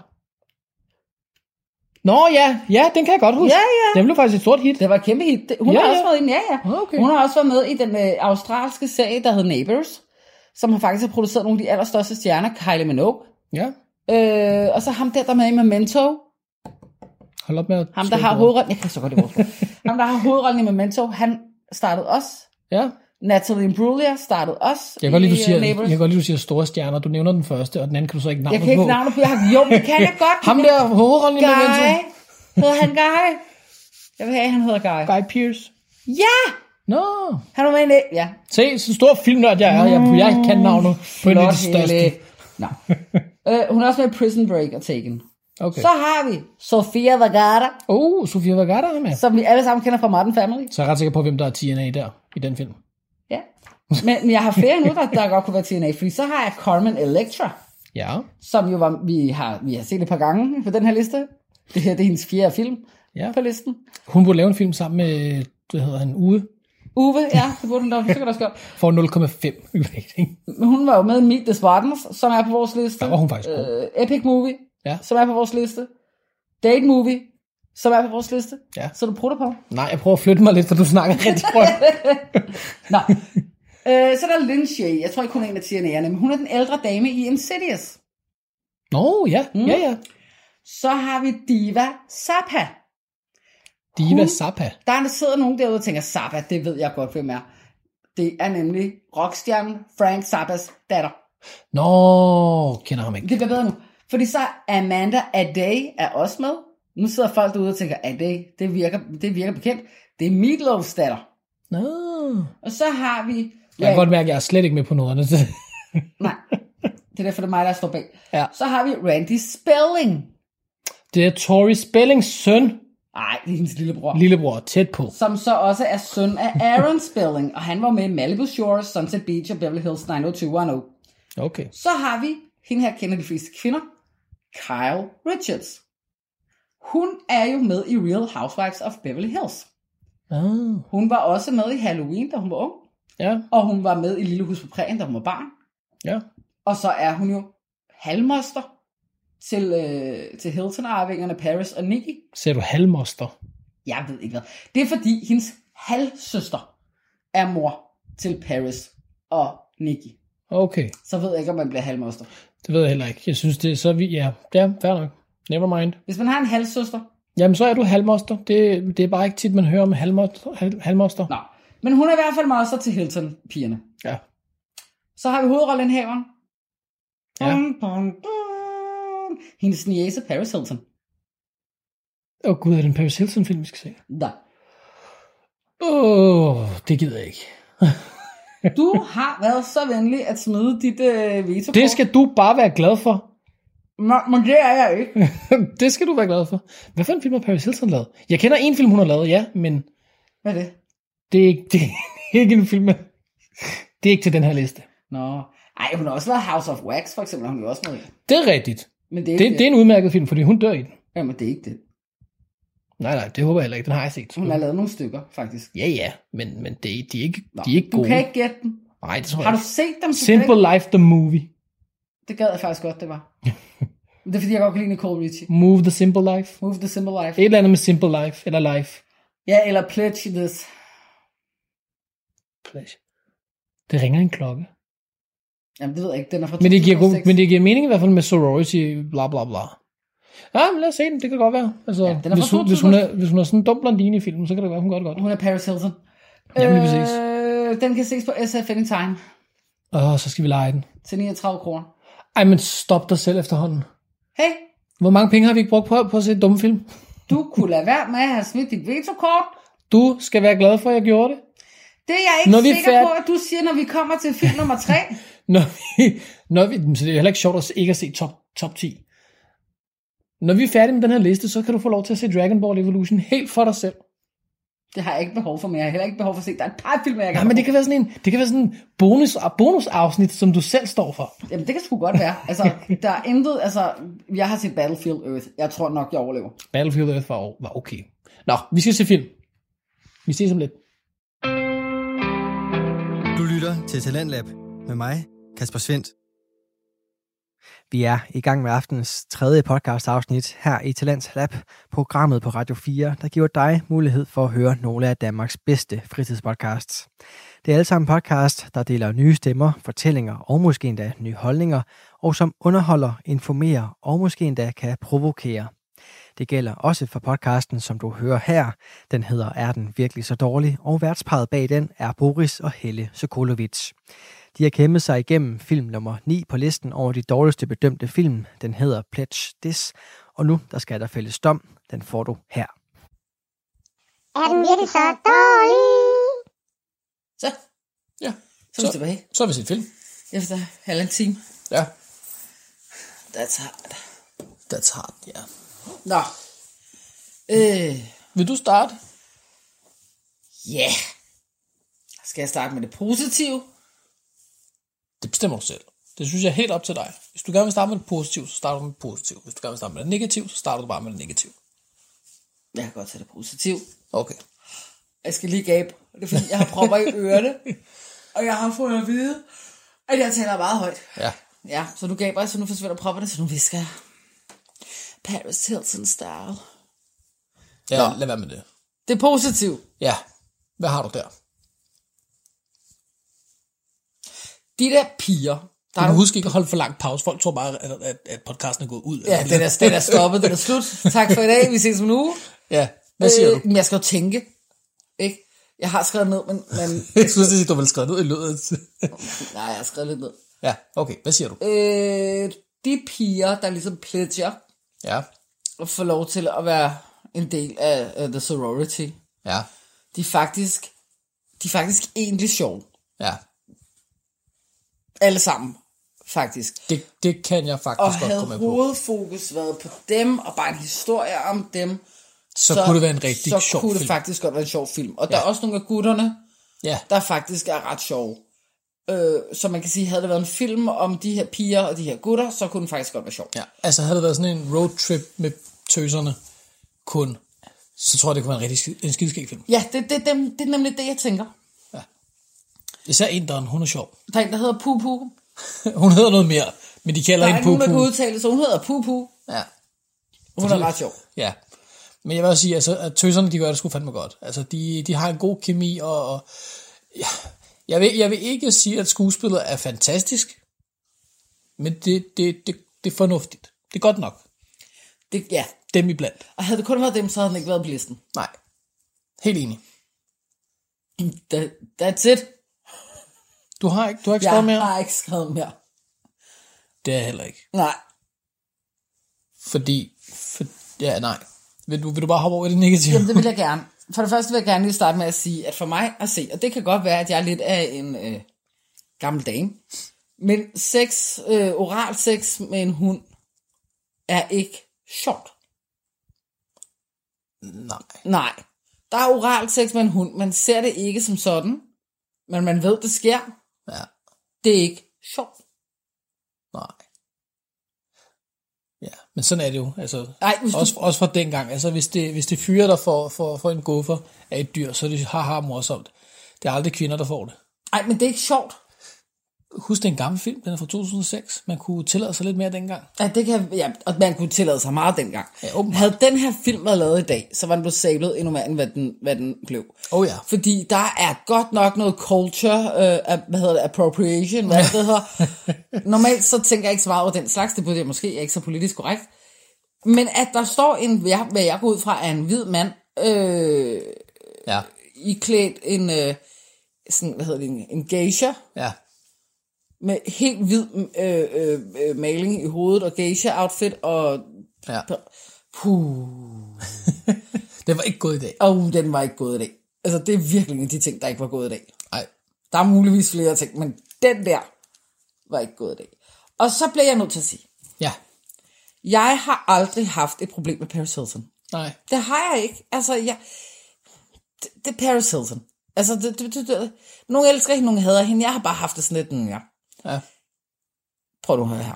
Nå ja, den kan jeg godt huske. Ja. Den blev faktisk et stort hit. Det var et kæmpe hit. Hun har også været i den, Okay. Hun har også været med i den australske serie, der hed Neighbours, som har faktisk produceret nogle af de allerstørste stjerner, Kylie Minogue. Ja. Og så ham der er med i Memento. Hold op med at ham, der har hovedrollen. Jeg kan så godt det vores. Ham, der har hovedrollen i Memento, han startede også. Ja. Natalie Imbruglia startede også. Jeg kan godt lide, du siger store stjerner. Du nævner den første, og den anden kan du så ikke navnet på. Jeg kan ikke navnet på. Jo, det kan jeg godt. Ham der hovedrollen i Memento. Hedder han Guy? Jeg vil have, han hedder Guy. Guy Pearce. Ja! Nå. Han var med i det. Ja. Se, så stor filmnørd jeg er. Jeg kan navnet på en af de største. Nå. Hun er også med i Prison Break og Taken. Okay. Så har vi Sofia Vergara. Sofia Vergara er med. Som vi alle sammen kender fra Modern Family. Så jeg er ret sikker på, hvem der er TNA der i den film. Ja. Men jeg har flere nu, der godt kunne være TNA. Fordi så har jeg Carmen Electra. Ja. Som jo var, vi har set et par gange på den her liste. Det her det er hendes 4. film på listen. Hun burde lave en film sammen med, hvad hedder han, Uwe, ja, det burde hun da sikkert også gøre. For 0,5. Men hun var jo med i Meet the Spartans, som er på vores liste. Der var hun faktisk god. Epic Movie, som er på vores liste. Date Movie, som er på vores liste. Ja. Så du prutter på? Nej, jeg prøver at flytte mig lidt, for du snakker rigtig højt. Nå. Så er der Lin Shaye. Jeg tror ikke, hun er en af TNA'erne, men hun er den ældre dame i Insidious. Nå, ja. Ja. Så har vi Diva Zappa. Zappa? Der sidder nogen derude og tænker, Zappa, det ved jeg godt, hvem er. Det er nemlig rockstjernen Frank Zappas datter. Nå, kender ham ikke. Det bliver bedre nu. Fordi så Amanda Aday er også med. Nu sidder folk derude og tænker, Aday, det virker bekendt. Det er Meatloafs datter. Nå. Og så har vi... Jeg kan godt mærke, at jeg er slet ikke med på noderne. Nej, det er derfor, det er mig, der står bag. Ja. Så har vi Randy Spelling. Det er Tori Spellings søn. Nej, det er hendes lillebror. Lillebror, tæt på. Som så også er søn af Aaron Spelling, og han var med i Malibu Shores, Sunset Beach og Beverly Hills 90210. Okay. Så har vi, hende her kender de fleste kvinder, Kyle Richards. Hun er jo med i Real Housewives of Beverly Hills. Hun var også med i Halloween, da hun var ung. Ja. Og hun var med i Lille Hus på Prærien, da hun var barn. Ja. Og så er hun jo halvmoster til Hilton-arvingerne Paris og Nikki. Ser du halvmoster? Jeg ved ikke hvad. Det er fordi, hendes halvsøster er mor til Paris og Nikki. Okay. Så ved jeg ikke, om man bliver halvmoster. Det ved jeg heller ikke. Jeg synes, det er så vi. Ja, fair nok. Never mind. Hvis man har en halvsøster. Jamen, så er du halvmoster. Det er bare ikke tit, man hører om halvmoster. Nå, men hun er i hvert fald moster til Hilton-pigerne. Ja. Så har vi hovedrollenhaveren. Ja. Hendes niece, Paris Hilton. Gud, er det en Paris Hilton-film, vi skal se? Da. Det gider jeg ikke. Du har været så venlig at smide dit veto. Det skal du bare være glad for. Nå, men det er jeg ikke. Det skal du være glad for. Hvad for en film har Paris Hilton lavet? Jeg kender en film, hun har lavet, ja, men... Hvad er det? Det er ikke en film. Det er ikke til den her liste. Nå. Ej, hun har også lavet House of Wax, for eksempel. Hun er også med i. Det er rigtigt. Men det er, det er en udmærket film, fordi hun dør i den. Jamen, det er ikke det. Nej, det håber jeg heller ikke. Den har jeg set. Hun har lavet nogle stykker, faktisk. Ja, men de er ikke gode. Du kan ikke gætte den. Nej, det tror jeg Har ikke. du set dem? Simple Life, the movie. Det gad jeg faktisk godt, det var. Det er fordi, jeg godt kan lide Nicole Richie. Move the Simple Life. Move the Simple Life. Et eller andet med Simple Life, eller Life. Ja, eller Pledge This. Pledge. Det ringer en klokke. Jamen, det ved jeg ikke. Den er fra Men 2006. det giver mening i hvert fald med sorority, bla bla bla. Ja, men lad os se den. Det kan godt være. Altså, Ja, den er hvis hun er sådan en dum blondine i filmen, så kan det være, hun gør det godt. Hun er Paris Hilton. Jamen, lige præcis. Den kan ses på SF Anytime. Så skal vi lege den. Til 39 kroner. Ej, men stop dig selv efterhånden. Hey, Hvor mange penge har vi ikke brugt på at se et dumme film? du kunne lade være med at have smidt dit vetokort. Du skal være glad for, at jeg gjorde det. Det er jeg ikke sikker på, at du siger, når vi kommer til film nummer 3. Så det er heller ikke sjovt at ikke at se top 10. Når vi er færdige med den her liste, så kan du få lov til at se Dragon Ball Evolution helt for dig selv. Det har jeg ikke behov for, men jeg har heller ikke behov for at se. Der er et par film, jeg kan. Nej, men det kan være sådan en bonusafsnit, som du selv står for. Jamen, det kan sgu godt være. Altså, der er intet, altså, jeg har set Battlefield Earth. Jeg tror nok, jeg overlever. Battlefield Earth var okay. Nå, vi skal se film. Vi ses om lidt. Du lytter til Talentlab med mig, Kasper Svendt. Vi er i gang med aftenens 3. podcast-afsnit her i Talents Lab, programmet på Radio 4, der giver dig mulighed for at høre nogle af Danmarks bedste fritidspodcasts. Det er alle sammen podcast, der deler nye stemmer, fortællinger og måske endda nye holdninger, og som underholder, informerer og måske endda kan provokere. Det gælder også for podcasten, som du hører her. Den hedder Er den virkelig så dårlig? Og værtsparret bag den er Boris og Helle Sokolovic. De har kæmpet sig igennem film nummer 9 på listen over de dårligste bedømte film. Den hedder Pledge This, og nu der skal der fælles dom. Den får du her. Er den virkelig så dårlig? Så, Ja, så er vi tilbage. så har vi set film. Efter halvanden time. Ja. That's hard. That's hard, ja. Nå. Vil du starte? Yeah. Skal jeg starte med det positive? Det bestemmer du selv. Det synes jeg er helt op til dig. Hvis du gerne vil starte med det positive, så starter du med det positive. Hvis du gerne vil starte med det negative, så starter du bare med det negative. Jeg kan godt tage det positivt. Okay. Jeg skal lige gabe. Det er fordi, jeg har propper i ørerne. Og jeg har fået at vide, at jeg taler meget højt. Ja. Ja, så nu gaber jeg, så nu forsvinder propperne, så nu visker jeg. Paris Hilton style. Ja, lad være med det. Det er positivt. Ja. Hvad har du der? De der piger. Du kan huske ikke at holde for lang pause. Folk tror bare, at podcasten er gået ud. Ja, den er stoppet, den er slut. Tak for i dag, vi ses om en uge. Ja, hvad siger du? Men jeg skal jo tænke. Ikke? Jeg har skrevet ned, men Jeg synes, du ville skrevet ned i løbet. nej, jeg har skrevet lidt ned. Ja, okay. Hvad siger du? De piger, der ligesom pledger Ja. og får lov til at være en del af the sorority, Ja. de er faktisk egentlig sjove. Ja. Alle sammen, faktisk. Det kan jeg faktisk Og godt havde komme med på. hovedfokus været på dem, og bare en historie om dem, Så kunne det være en rigtig sjov så kunne det film. faktisk godt være en sjov film. Og der er også nogle af gutterne, Ja. der faktisk er ret sjove. Så man kan sige, havde det været en film om de her piger og de her gutter, så kunne den faktisk godt være sjov. Ja, altså havde det været sådan en roadtrip med tøserne kun, så tror jeg, det kunne være en skideskæg film. Ja, det er nemlig det, jeg tænker. Især en, hun er sjov. Der er en, der hedder Pupu. Hun hedder noget mere. Men de kalder Der er hende ikke nogen, der kan Pupu. udtale, så hun hedder Pupu. Ja. Hun er ret sjov. Ja. Men jeg vil også sige, altså, at tøserne, de gør det sgu fandme godt. Altså, de har en god kemi, og ja, jeg vil ikke sige, at skuespillet er fantastisk, men det er fornuftigt. Det er godt nok. Ja. Dem iblandt. Og havde det kun været dem, så havde den ikke været på listen. Nej. Helt enig. That's it. Du har ikke skrevet mere? Jeg har ikke skrevet mere. Det er jeg heller ikke. Nej. Ja, nej. Vil du bare hoppe over i det negative? Jamen, det vil jeg gerne. For det første vil jeg gerne lige starte med at sige, at for mig at se, og det kan godt være, at jeg er lidt af en gammel dame, men oral sex med en hund er ikke sjovt. Nej. Der er oral sex med en hund. Man ser det ikke som sådan, men man ved, det sker. Ja. Det er ikke sjovt. Nej. Ja, men sådan er det jo. Altså, Ej, også fra dengang. Altså, hvis det fyrer der for en guffer af et dyr, så er det morsomt. Det er aldrig kvinder, der får det. Nej, men det er ikke sjovt. Husk, det er en gammel film. Den er fra 2006. Man kunne tillade sig lidt mere dengang. Ja, og man kunne tillade sig meget dengang. Ja, havde den her film været lavet i dag, så var den blevet sablet endnu mere, end hvad den blev. Ja. Fordi der er godt nok noget culture, appropriation, hvad det hedder. Normalt så tænker jeg ikke så meget over den slags, det burde jeg måske, jeg er ikke så politisk korrekt. Men at der står hvad jeg går ud fra, er en hvid mand, iklædt en, sådan, en geisha, med helt hvid maling i hovedet, og geisha-outfit, og... Ja. Den var ikke gået i dag. Den var ikke gået i dag. Altså, det er virkelig en af de ting, der ikke var gået i dag. Nej. Der er muligvis flere ting, men den der var ikke gået i dag. Og så bliver jeg nødt til at sige, jeg har aldrig haft et problem med Paris Hilton. Nej. Det har jeg ikke. Altså, det er Paris Hilton. Altså, nogle elsker hende, nogle hader hende. Jeg har bare haft det sådan lidt, Ja. Prøv nu at høre her.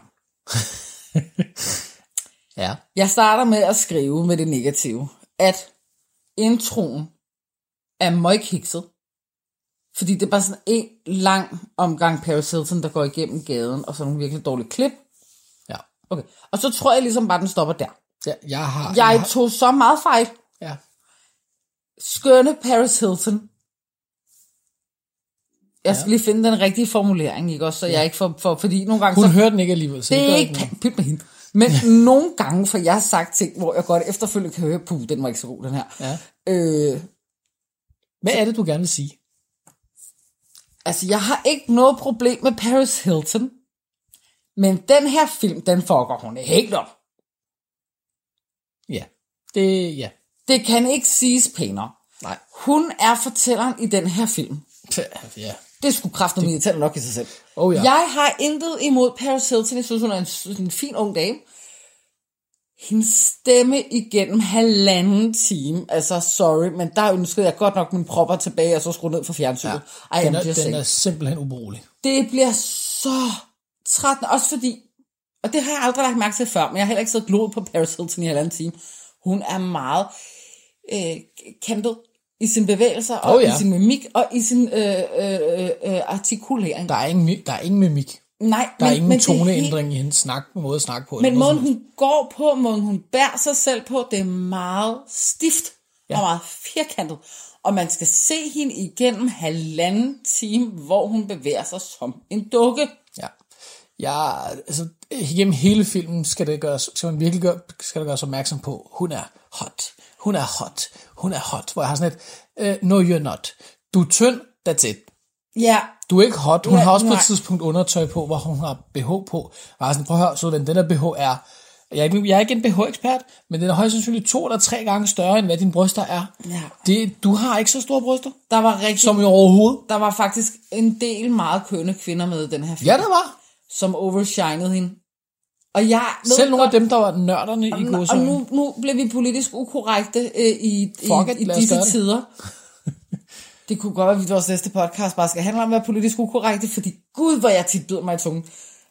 Ja. Jeg starter med at skrive med det negative, at introen er møghikset, fordi det er bare sådan en lang omgang Paris Hilton, der går igennem gaden, og så nogle virkelig dårlige klip. Ja. Okay. Og så tror jeg ligesom bare, den stopper der. Ja, jeg tog så meget fejl. Ja. Skønne Paris Hilton. Jeg skal lige finde den rigtige formulering, ikke også? Så jeg ikke fordi nogle gange... Hun hørte den ikke alligevel, så det er ikke pyt med hende. Men nogle gange, for jeg har sagt ting, hvor jeg godt efterfølgende kan høre, den var ikke så god, den her. Ja. Hvad er det, du gerne vil sige? Altså, jeg har ikke noget problem med Paris Hilton, men den her film, den fucker hun helt op. Ja. Det kan ikke siges pænere. Nej. Hun er fortælleren i den her film. Ja. Det skulle kraftigt irriterende nok i sig selv. Ja. Jeg har intet imod Paris Hilton. Jeg synes, hun er en fin ung dame. Hendes stemme igennem 1,5 time. Altså, sorry, men der ønskede jeg godt nok mine propper tilbage, og så skruede ned for fjernsynet. Ja. Den er simpelthen ubrugelig. Det bliver så trættende. Også fordi, og det har jeg aldrig lagt mærke til før, men jeg har heller ikke siddet gloet på Paris Hilton i 1,5 time. Hun er meget kantet i sine bevægelser, og i sin mimik, og i sin artikulering. Der er ingen mimik. Nej, der er ingen toneændring i hendes måde at snakke på. Men måden hun går på, måden hun bærer sig selv på, det er meget stift og meget firkantet. Og man skal se hende igennem 1,5 time, hvor hun bevæger sig som en dukke. Ja, altså igennem hele filmen skal man virkelig gøres opmærksom på, hun er hot, hvor jeg har sådan et, no you're not. Du er tynd, that's it. Ja. Du er ikke hot. Hun har også på et tidspunkt undertøj på, hvor hun har BH på. Bare sådan, prøv at høre, så den der BH er, jeg er ikke en BH-ekspert, men den er højst sandsynligt 2 eller 3 gange større, end hvad dine bryster er. Ja. Du har ikke så store bryster. Der var rigtig, som i overhovedet. Der var faktisk en del meget kønne kvinder med i den her film. Ja, der var. Som overshinede hende. Og jeg selv nogle af dem, der var nørderne i godsøjne. Og nu blev vi politisk ukorrekte i disse tider. Det kunne godt være, at vores næste podcast bare skal handle om at være politisk ukorrekte, fordi gud, hvor jeg tit bider mig i tungen.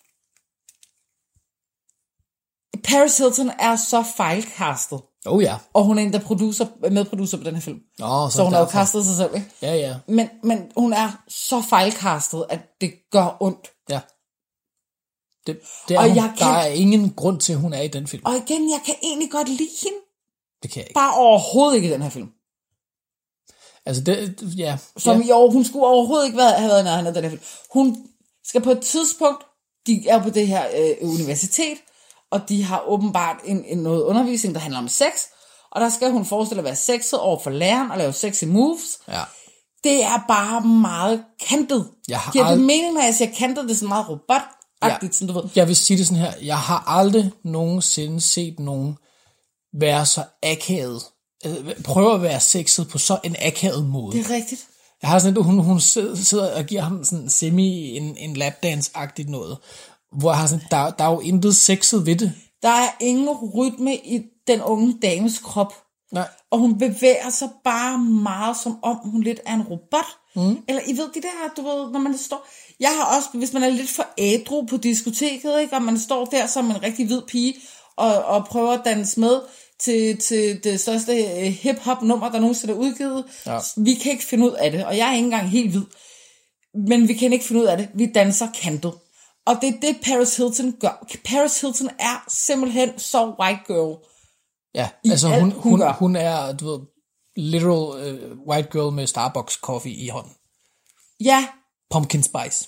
Paris Hilton er så fejlkastet. Ja. Og hun er en, der medproducer på den her film. Så hun har jo kastet sig selv, ikke? Ja. Men hun er så fejlkastet, at det gør ondt. Ja. Det Og er hun, jeg der er ingen grund til, at hun er i den film. Og igen, jeg kan egentlig godt lide hende. Det kan jeg ikke. Bare overhovedet ikke i den her film. Altså, ja. Som hun skulle overhovedet ikke have været i nærheden af den her film. Hun skal på et tidspunkt, de er på det her universitet, og de har åbenbart noget undervisning, der handler om sex, og der skal hun forestille at være sexet over for læreren og lave sexy moves. Ja. Det er bare meget kantet. Giver det mening, når jeg siger kantet, det er sådan meget robotagtigt, sådan du ved. Jeg vil sige det sådan her, jeg har aldrig nogensinde set nogen være så akavet, prøve at være sexet på så en akavet måde. Det er rigtigt. Jeg har sådan et, hun sidder og giver ham sådan semi en lapdance-agtigt noget, hvor jeg har sådan, der er jo intet sexet ved det. Der er ingen rytme i den unge dames krop. Nej. Og hun bevæger sig bare meget, som om hun lidt er en robot. Eller I ved, det der, du ved, når man står... Jeg har også, hvis man er lidt for ædru på diskoteket, ikke, og man står der som en rigtig hvid pige, og prøver at danse med til det største hip-hop nummer, der nogensinde er udgivet. Ja. Vi kan ikke finde ud af det, og jeg er ikke engang helt hvid. Men vi kan ikke finde ud af det. Vi danser kantet. Og det er det, Paris Hilton gør. Paris Hilton er simpelthen så white girl. Ja, altså hun er, du ved, literal white girl med Starbucks coffee i hånden. Ja. Pumpkin spice.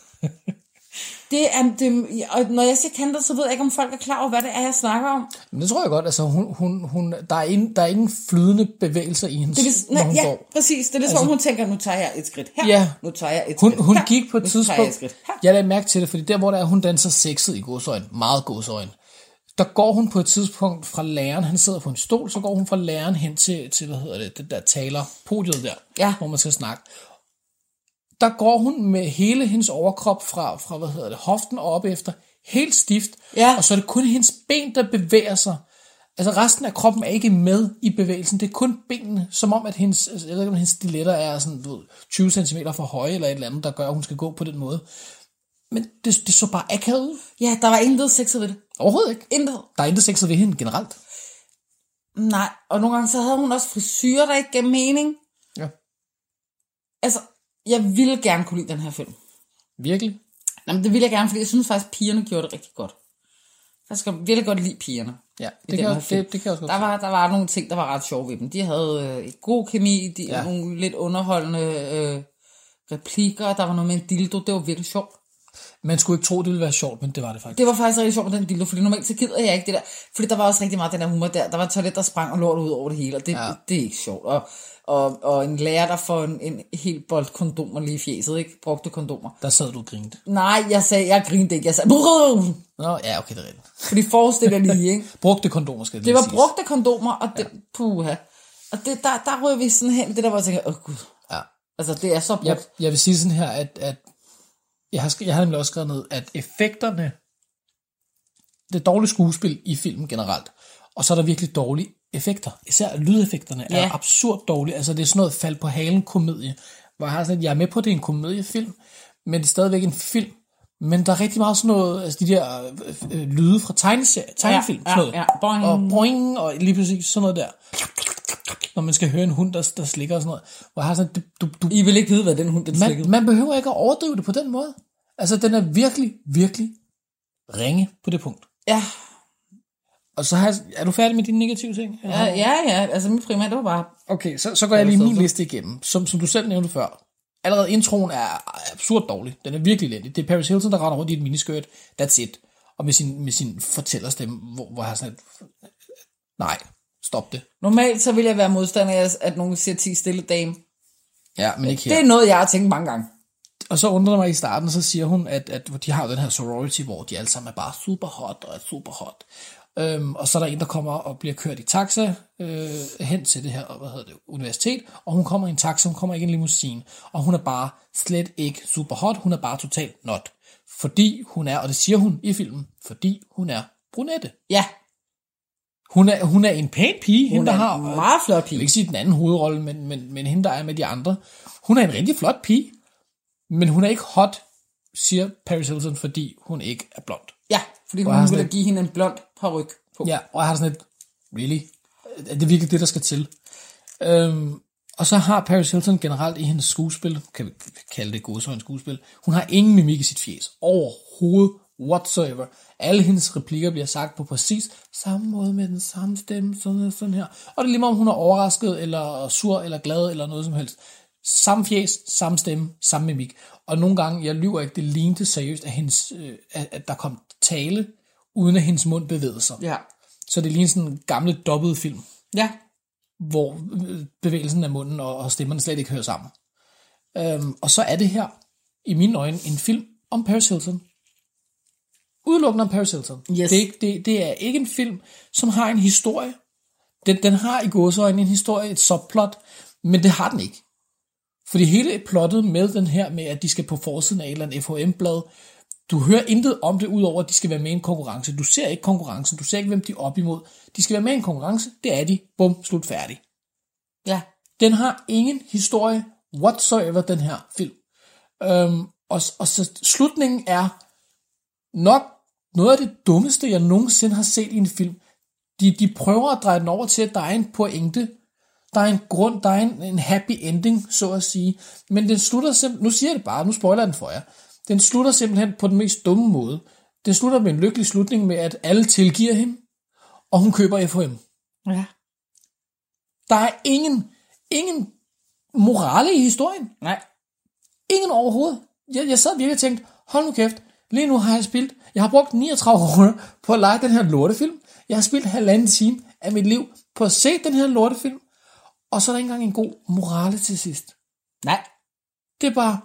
Og når jeg siger kanter, så ved jeg ikke, om folk er klar over, hvad det er, jeg snakker om. Men det tror jeg godt. Altså, der er ingen flydende bevægelser i hendes, når hun går. Præcis. Det er det, som hun tænker, nu tager jeg et skridt her. Ja. Nu tager jeg et skridt hun her. Gik på et tidspunkt. Jeg lagde mærke til det, fordi der, hvor der er, hun danser sexet i godsøjne, meget godsøjne, der går hun på et tidspunkt fra læreren, han sidder på en stol, så går hun fra læreren hen til det der taler, podiet der, hvor man skal snakke. Der går hun med hele hendes overkrop fra hoften og op efter, helt stift, og så er det kun hendes ben, der bevæger sig. Altså resten af kroppen er ikke med i bevægelsen, det er kun benene, som om at hendes, jeg ved ikke om hendes stiletter er sådan, 20 cm for høje, eller et eller andet, der gør, at hun skal gå på den måde. Men det så bare akavet ud. Ja, der var intet sexet ved det. Overhovedet ikke. Intet. Der er intet sexet ved hende generelt. Nej, og nogle gange så havde hun også frisyrer, der ikke gav mening. Ja. Altså, jeg ville gerne kunne lide den her film. Virkelig? Jamen, det ville jeg gerne, fordi jeg synes faktisk, pigerne gjorde det rigtig godt. Jeg skal virkelig godt lide pigerne. Ja, det kan jeg også godt. Der var nogle ting, der var ret sjove ved dem. De havde god kemi, nogle lidt underholdende replikker, der var noget med en dildo, det var virkelig sjovt. Man skulle ikke tro, det ville være sjovt, men det var det faktisk. Det var faktisk rigtig sjovt med den dildo, fordi normalt så gider jeg ikke det der. Fordi der var også rigtig meget den der humor der. Der var et toilet, der sprang og lort ud over det hele, og det er ikke sjovt. Og en lærer, der får en helt bold kondomer lige i fjeset, ikke? Brugte kondomer. Der sad du og grinte. Nej, jeg grinte ikke. Jeg sagde, brrr! Nå, ja, okay, det er rigtigt. Fordi forestil dig lige, ikke? Brugte kondomer, skal det var siges. Brugte kondomer, og det, puha. Og det, der rører vi sådan hen, det der, hvor jeg tænker, gud. Ja. Altså, det er så brugt. Jeg vil sige sådan her, at jeg har nemlig også skrevet ned, at effekterne, det er dårligt skuespil i filmen generelt, og så er der virkelig dårlige effekter. Især lydeffekterne er absurd dårlige. Altså det er sådan noget fald på halen komedie, hvor jeg har sådan, jeg er med på, at det er en komediefilm, men det er stadigvæk en film. Men der er rigtig meget sådan noget, altså de der lyde fra tegnefilm, sådan noget. Boing. Og boing, og lige pludselig sådan noget der. Når man skal høre en hund, der slikker og sådan noget. Hvor jeg har sådan, I vil ikke vide, hvad den hund, den slikker. Man behøver ikke at overdrive det på den måde. Altså, den er virkelig, virkelig ringe på det punkt. Ja. Og så er du færdig med dine negative ting? Ja. Altså, mit primært, det var bare... Okay, så går jeg lige min liste igennem. Som du selv nævnte før. Allerede introen er absurd dårlig. Den er virkelig elendig. Det er Paris Hilton, der render rundt i et miniskirt. That's it. Og med sin fortællerstemme, hvor jeg sådan nej, stop det. Normalt så vil jeg være modstander af, at nogen siger 10 stille dame. Ja, men ikke her. Det er noget, jeg har tænkt mange gange. Og så undrer mig i starten, så siger hun, at de har den her sorority, hvor de alle sammen er bare super hot og er super hot. Og så er der en, der kommer og bliver kørt i taxa hen til det her universitet, og hun kommer i en taxa, hun kommer ikke i en limousine, og hun er bare slet ikke super hot, hun er bare totalt not. Fordi hun er, og det siger hun i filmen, fordi hun er brunette. Ja. Hun er en pæn pige. Hun er en meget flot pige. Jeg vil ikke sige den anden hovedrolle, men hende, der er med de andre. Hun er en rigtig flot pige, men hun er ikke hot, siger Paris Hilton, fordi hun ikke er blond. Ja, fordi hun ville give hende en blond paryk på. Ja, og jeg har sådan et, really? Er det virkelig det, der skal til? Og så har Paris Hilton generelt i hendes skuespil, kan vi kalde det godsøjens skuespil, hun har ingen mimik i sit fjes. Overhovedet whatsoever. Alle hendes replikker bliver sagt på præcis samme måde med den samme stemme, sådan her. Og det er lige meget, om hun er overrasket, eller sur, eller glad, eller noget som helst. Samme fjes, samme stemme, samme mimik. Og nogle gange, jeg lyver ikke, det lignede seriøst, at der kom tale, uden at hendes mund bevægede sig. Ja. Så det ligner sådan en gamle dobbeltfilm, Ja. hvor bevægelsen af munden og stemmerne slet ikke hører sammen. Og så er det her, i mine øjne, en film om Paris Hilton. Udelukkende om Paris Hilton. Yes. Det er ikke en film, som har en historie. Den har i gåseøjne en historie, et subplot, men det har den ikke. Fordi hele plottet med den her, med at de skal på forsiden af et eller andet FHM-blad, du hører intet om det, udover at de skal være med i en konkurrence. Du ser ikke konkurrencen, du ser ikke, hvem de er op imod. De skal være med i en konkurrence, det er de. Bum, slut, færdig. Ja. Den har ingen historie whatsoever, den her film. Og så slutningen er nok noget af det dummeste, jeg nogensinde har set i en film. De prøver at dreje den over til, at der er en pointe, der er en grund, der er en happy ending, så at sige. Men den slutter simpelthen, nu siger jeg det bare, nu spoiler den for jer. Den slutter simpelthen på den mest dumme måde. Den slutter med en lykkelig slutning med, at alle tilgiver hende, og hun køber FHM. Ja. Der er ingen morale i historien. Nej. Ingen overhovedet. Jeg sad virkelig og tænkte, hold nu kæft, lige nu har jeg har brugt 39 kroner på at lege den her lortefilm. Jeg har spildt 1,5 time af mit liv på at se den her lortefilm, og så er der ikke engang en god morale til sidst. Nej. Det er bare,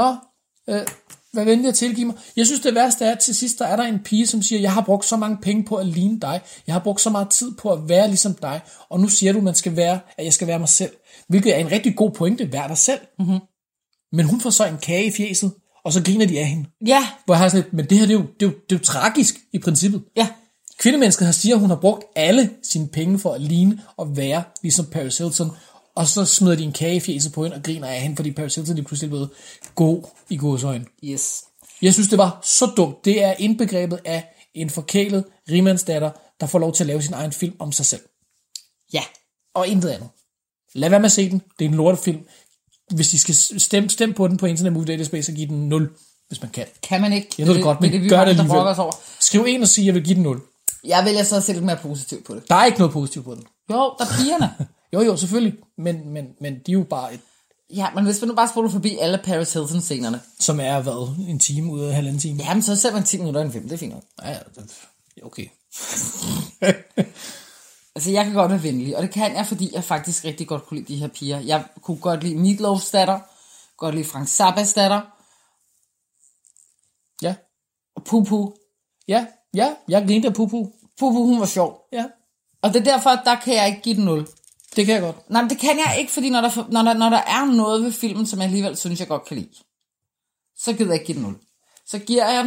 vær venlig at tilgive mig. Jeg synes, det værste er, at til sidst der er der en pige, som siger, jeg har brugt så mange penge på at ligne dig. Jeg har brugt så meget tid på at være ligesom dig. Og nu siger du, at jeg skal være mig selv. Hvilket er en rigtig god pointe, vær dig selv. Mm-hmm. Men hun får så en kage i fjeset, og så griner de af hende. Ja. Hvor jeg har sådan lidt, men det her, det er jo tragisk i princippet. Ja. Kvindemennesket siger, at hun har brugt alle sine penge for at ligne og være ligesom Paris Hilton. Og så smider de en kage i fjeset på hende og griner af hende, fordi Paris Hilton er pludselig blevet god i gåseøjne. Yes. Jeg synes, det var så dumt. Det er indbegrebet af en forkælet rigmandsdatter, der får lov til at lave sin egen film om sig selv. Ja. Og intet andet. Lad være med at se den. Det er en lortefilm. Hvis de skal stemme på den på Internet Movie Database, så giv den 0, hvis man kan. Kan man ikke? Jeg ved det godt, men det, gør det alligevel. over. Skriv 1 og sig, jeg vil give den 0. Jeg vælger så at se lidt mere positivt på det. Der er ikke noget positivt på den. Jo, der er pigerne. Jo, selvfølgelig. Men de er jo bare et... Ja, men hvis man nu bare spoler forbi alle Paris Hilton-scenerne. Som er, hvad, en time ud af 1,5 time? Jamen, så ser man 10 minutter i en film. Det er fint nok. Ja, okay. Altså, jeg kan godt være venlig, og det kan jeg, fordi jeg faktisk rigtig godt kunne lide de her piger. Jeg kunne godt lide Meatloafs datter, godt lide Frank Zappas datter, Ja. og Pupu. Ja, jeg grinte af Pupu. Pupu, hun var sjov. Ja, Og det er derfor, at der kan jeg ikke give den 0. det kan jeg godt. Nej, men det kan jeg ikke, fordi når der er noget ved filmen, som jeg alligevel synes, jeg godt kan lide, så gider jeg ikke give den 0. Så giver jeg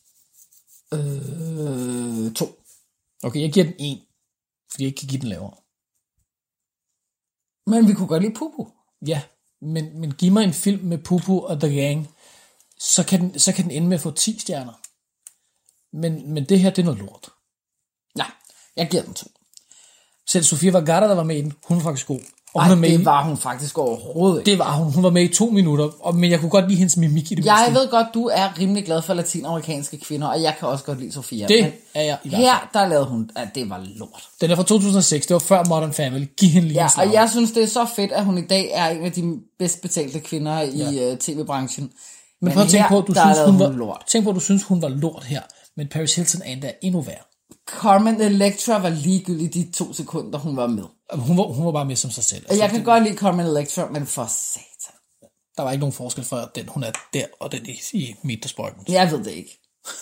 den 2. Okay, jeg giver den 1, fordi jeg ikke kan give den lavere. Men vi kunne godt lide Pupu. Ja, men giv mig en film med Pupu og The Gang, så kan den ende med at få 10 stjerner. Men det her, det er noget lort. Nej, jeg giver den 2. Selv Sofia Vergara, der var med i den, hun var faktisk god. Og Nej, hun er med det var hun faktisk overhovedet ikke. Det var hun. Hun var med i 2 minutter, men jeg kunne godt lide hendes mimik i det Jeg mindste. ved godt, du er rimelig glad for latinamerikanske kvinder, og jeg kan også godt lide Sofia. Det men er jeg i hvert fald. her, der lavede hun, at det var lort. Den er fra 2006, det var før Modern Family. Giv hende lige Ja, en slag. og jeg synes, det er så fedt, at hun i dag er en af de bedst betalte kvinder i tv-branchen. Men prøv at tænke på, at du synes, hun var lort her. Men Paris Hilton er endda endnu værre. Carmen Electra var ligegyldig de 2 sekunder, hun var med. Hun var bare med som sig selv. Og jeg kan godt lide Carmen Electra, men for satan. Der var ikke nogen forskel fra den, hun er der, og den i Meet the Spartans. Jeg ved det ikke.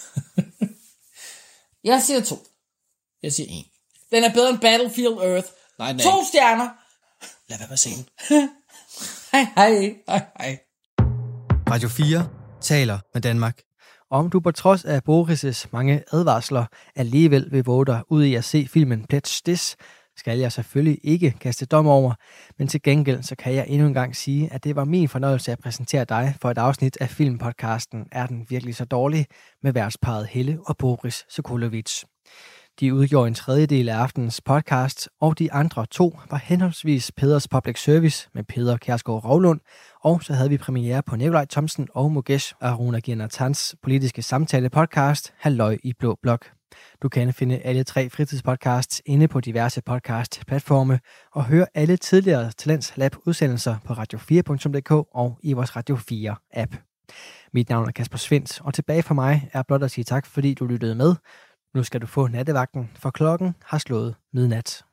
Jeg siger 2. Jeg siger 1. Den er bedre end Battlefield Earth. Nej, den er 2 ikke. stjerner. Lad være med at se den. Hej, hej. Hej. Radio 4 taler med Danmark. Om du på trods af Boris' mange advarsler alligevel vil våge dig ud i at se filmen Pledge This, skal jeg selvfølgelig ikke kaste dom over, men til gengæld så kan jeg endnu en gang sige, at det var min fornøjelse at præsentere dig for et afsnit af filmpodcasten Er den virkelig så dårlig? Med værtsparret Helle og Boris Sokolovits. De udgjorde en tredjedel af aftenens podcast, og de andre 2 var henholdsvis Peders Public Service med Peder Kjærsgaard Ravlund, og så havde vi premiere på Nikolaj Thomsen og Mukesh Arunagirnatans politiske samtale podcast Halløj i Blå Blok. Du kan finde alle 3 fritidspodcasts inde på diverse podcast-platforme og høre alle tidligere Talents Lab udsendelser på radio4.dk og i vores Radio 4-app. Mit navn er Kasper Svendt, og tilbage for mig er blot at sige tak, fordi du lyttede med. Nu skal du få nattevagten, for klokken har slået midnat.